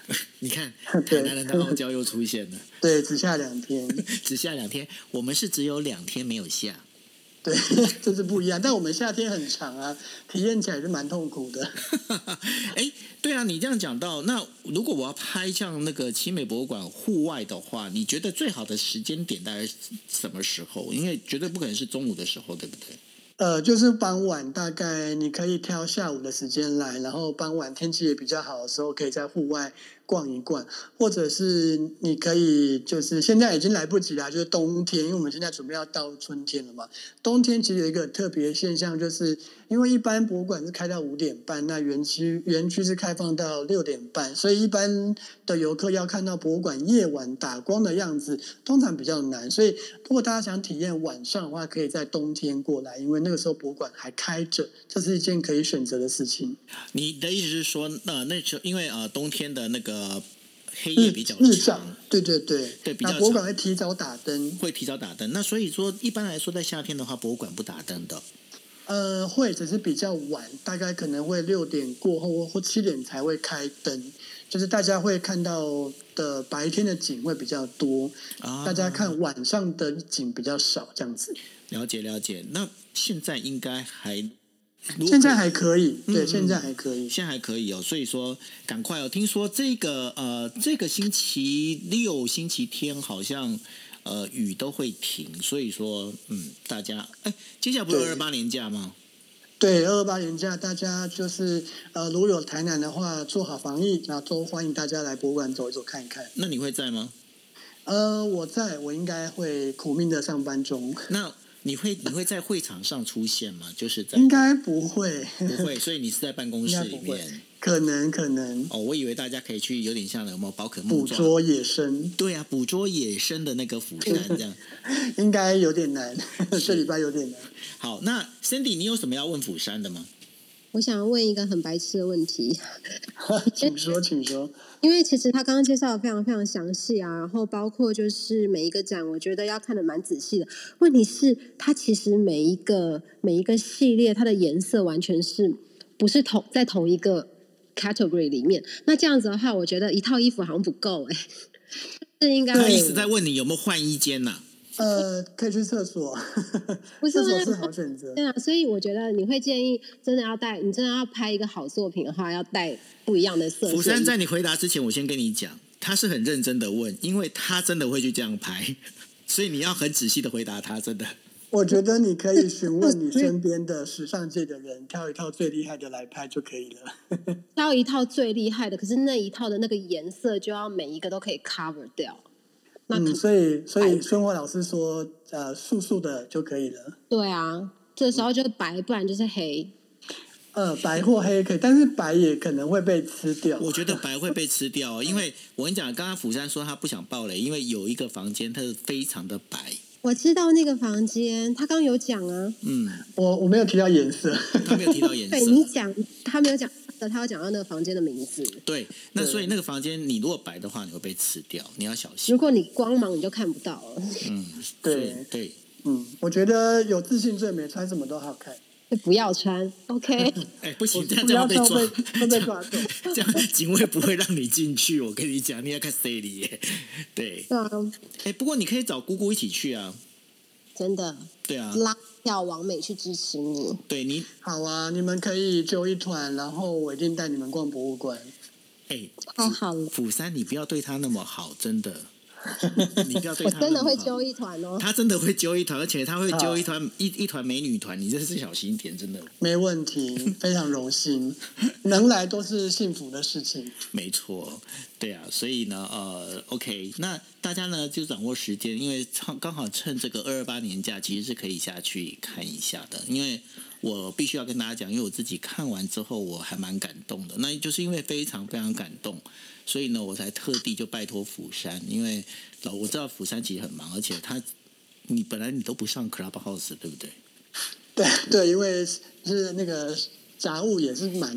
你看，台南人的傲娇又出现了。 对，只下两天， 只下两天，我们是只有两天没有下。 对，这是不一样。但我们夏天很长啊，体验起来是蛮痛苦的。 哎，对啊，你这样讲到，那如果我要拍像那个奇美博物馆户外的话，你觉得最好的时间点大概是什么时候？因为绝对不可能是中午的时候，对不对？ 呃，就是傍晚，大概你可以挑下午的时间来，然后傍晚天气也比较好的时候，可以在户外逛一逛，或者是你可以就是现在已经来不及了，就是冬天，因为我们现在准备要到春天了嘛。冬天其实有一个特别现象，就是因为一般博物馆是开到五点半，那园区园区是开放到六点半，所以一般的游客要看到博物馆夜晚打光的样子，通常比较难。所以如果大家想体验晚上的话，可以在冬天过来，因为那个时候博物馆还开着，这是一件可以选择的事情。 你的意思是说，呃，那时候因为呃冬天的那个黑夜比较日照长， 对对对， 对比较那博物馆长会提早打灯， 会提早打灯。那所以说，一般来说，在夏天的话，博物馆不打灯的。 呃，会只是比较晚，大概可能会六点过后或七点才会开灯，就是大家会看到的白天的景会比较多， 啊大家看晚上的景比较少，这样子。 了解了解。那现在应该还， 现在还可以，对， 嗯嗯现在还可以。 现在还可以哦。所以说，赶快哦！听说这个呃，这个星期六、星期天好像呃雨都会停，所以说嗯，大家哎，接下来不是对二二八年假吗？ 对，二二八年假，大家就是呃，如果有台南的话，做好防疫，然后都欢迎大家来博物馆走一走看一看。 那你会在吗？ 呃，我在，我应该会苦命的上班中。 那你会你会在会场上出现吗？就是在应该不会， 不会，所以你是在办公室里应该不会面。 可能可能哦，我以为大家可以去，有点像有没有宝可梦抓捕捉野生， 对啊，捕捉野生的那个釜山这样。 应该有点难，这礼拜有点难。 好，那 Cindy，你有什么要问釜山的吗？ 我想问一个很白痴的问题， 请说，请说。 因为其实他刚刚介绍的非常非常详细啊，然后包括就是每一个展，我觉得要看得蛮仔细的。问题是，它其实每一个每一个系列，它的颜色完全是不是同在同一个 category 里面？那这样子的话，我觉得一套衣服好像不够哎、欸，是应该他一直在问你有没有换衣间呐、啊？ 呃，可以去厕所， 不是厕所是好选择。 对啊，所以我觉得你会建议，真的要带，你真的要拍一个好作品的话，要带不一样的色系。 釜山在你回答之前，我先跟你讲，他是很认真的问，因为他真的会去这样拍，所以你要很仔细的回答他，真的。 我觉得你可以询问你身边的时尚界的人，挑一套最厉害的来拍就可以了。 挑一套最厉害的，可是那一套的那个颜色就要每一个都可以 cover 掉。那嗯，所以所以孙华老师说，呃，素素的就可以了。 对啊，这时候就是白，不然就是黑。 呃，白或黑可以，但是白也可能会被吃掉。 我觉得白会被吃掉，因为我跟你讲，刚刚釜山说他不想爆雷，因为有一个房间它是非常的白。 我知道那个房间，他刚刚有讲啊。 嗯， 我我没有提到颜色， 他没有提到颜色。 对你讲，他没有讲，他有讲到那个房间的名字。 对，那所以那个房间你如果白的话，你会被吃掉，你要小心。 如果你光芒，你就看不到了。 嗯， 对对。 嗯，我觉得有自信最美，穿什么都好看。 就不要穿 ，OK？ 哎，不行，这样不这样被抓， 要被会被抓走。 这样警卫不会让你进去。我跟你讲，你要看谁里耶。对。 对啊。 哎，不过你可以找姑姑一起去啊。 真的。 对啊。 拉票王美去支持你。 对你。 好啊，你们可以揪一团，然后我一定带你们逛博物馆。 哎， 太好了。 釜山，你不要对他那么好，真的。你不要对他， 我真的会揪一团哦。 他真的会揪一团，而且他会揪一团一一团美女团，你真是小心一点，真的。 没问题，非常荣幸，能来都是幸福的事情。 没错，对啊，所以呢，呃 ，OK， 那大家呢就掌握时间，因为刚好趁这个二二八年假，其实是可以下去看一下的。因为我必须要跟大家讲，因为我自己看完之后，我还蛮感动的。那就是因为非常非常感动。所以呢，我才特地就拜托釜山，因为我知道釜山其实很忙，而且他你本来你都不上 Clubhouse， 对不对？ 对对，因为是那个杂物也是蛮多的。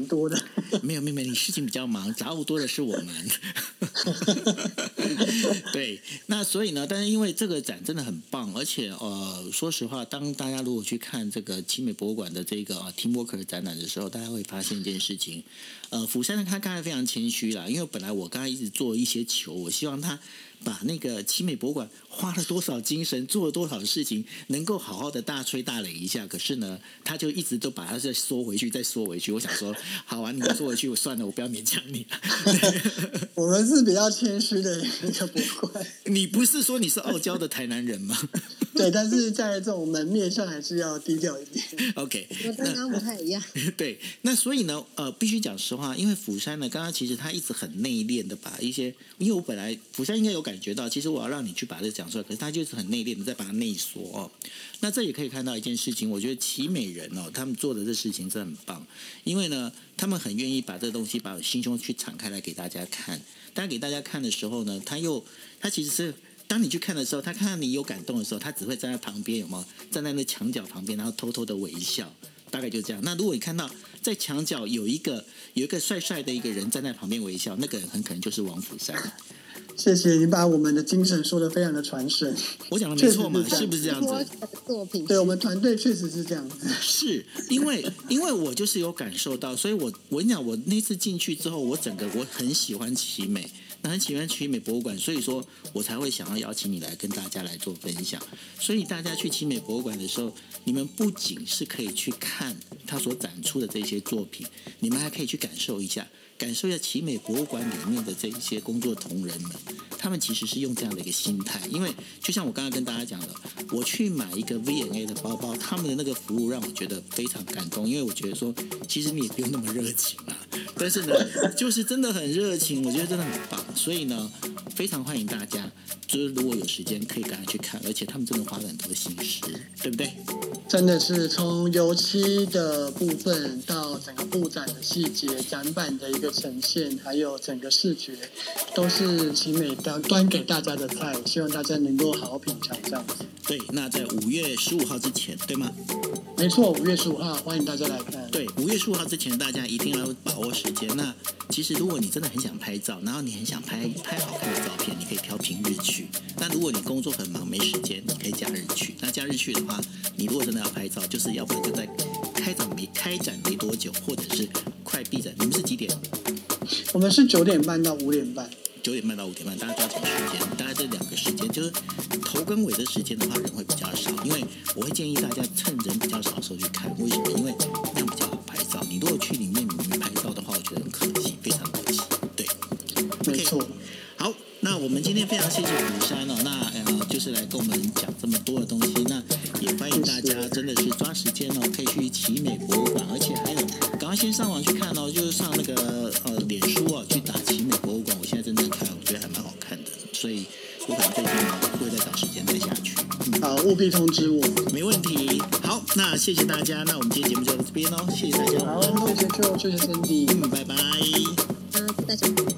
没有没有，你事情比较忙，杂物多的是我们。对，那所以呢，但是因为这个展真的很棒，而且呃，说实话，当大家如果去看这个奇美博物馆的这个、呃、Teamworker 展览的时候，大家会发现一件事情。呃，釜山他刚才非常谦虚啦，因为本来我刚才一直做一些球，我希望他把那个奇美博物馆花了多少精神，做了多少事情，能够好好的大吹大擂一下。可是呢，他就一直都把它再缩回去，再缩回去。我想说，好啊，你缩回去，我算了，我不要勉强你了。 我们是比较谦虚的一个博物馆。 你不是说你是傲娇的台南人吗？ 对，但是在这种门面上还是要低调一点。 OK， 我刚刚不太一样。 对，那所以呢，呃，必须讲实话，因为釜山呢，刚刚其实他一直很内敛的把一些，因为我本来釜山应该有感觉到，其实我要让你去把这讲出来，可是他就是很内敛的在把它内缩哦。那这也可以看到一件事情，我觉得奇美人哦，他们做的这事情真的很棒，因为呢，他们很愿意把这东西把心胸去敞开来给大家看。当给大家看的时候呢，他又他其实是。当你去看的时候，他看到你有感动的时候，他只会站在旁边，有没有？站在那墙角旁边，然后偷偷的微笑，大概就这样。那如果你看到在墙角有一个有一个帅帅的一个人站在旁边微笑，那个人很可能就是王釜山。 谢谢你把我们的精神说得非常的传神。 我讲的没错嘛，是不是这样子？ 作品， 对我们团队确实是这样子。 是因为因为我就是有感受到，所以我我跟你讲，我那次进去之后，我整个我很喜欢奇美。那很喜欢奇美博物馆，所以说我才会想要邀请你来跟大家来做分享。所以大家去奇美博物馆的时候，你们不仅是可以去看他所展出的这些作品，你们还可以去感受一下，感受一下奇美博物馆里面的这一些工作同仁们，他们其实是用这样的一个心态。因为就像我刚刚跟大家讲的，我去买一个 V and A 的包包，他们的那个服务让我觉得非常感动，因为我觉得说，其实你也不用那么热情啊，但是呢，就是真的很热情，我觉得真的很棒。所以呢，非常欢迎大家，就是如果有时间可以赶快去看，而且他们真的花了很多的心思，对不对？ 真的是从油漆的部分到整个布展的细节、展板的一个呈现，还有整个视觉，都是奇美端端给大家的菜，希望大家能够好好品尝这样子。 对，那在五月十五号之前，对吗？ 没错，五月十五号，欢迎大家来看。 对，五月十五号之前，大家一定要把握时间。那其实如果你真的很想拍照，然后你很想拍拍好看的照片，你可以挑平日去。那如果你工作很忙没时间，你可以假日去。那假日去的话，你如果真的要拍照，就是要不然就在开展没开展没多久，或者是快闭展。你们是几点？ 我们是九点半到五点半。 九点半到五点半，大家抓紧时间。大概这两个时间，就是头跟尾的时间的话，人会比较少。因为我会建议大家趁人比较少的时候去看。为什么？因为那样比较好拍照。你如果去里面你没拍照的话，我觉得很可惜，非常可惜。对， 没错。 Okay, 好，那我们今天非常谢谢釜山哦，那呃就是来跟我们讲这么多的东西。那也欢迎大家真的是抓时间哦，可以去奇美博物馆，而且还有赶快先上网去看哦，就是上那个呃脸书哦，去打奇美博物馆。我现在正在看，我觉得还蛮好看的，所以我可能最近会再找时间再下去。 嗯、好，务必通知我。 没问题。好，那谢谢大家，那我们今天节目就到这边哦，谢谢大家。 好，谢谢 Joe，谢谢 Cindy， 嗯，拜拜。 嗯，大家。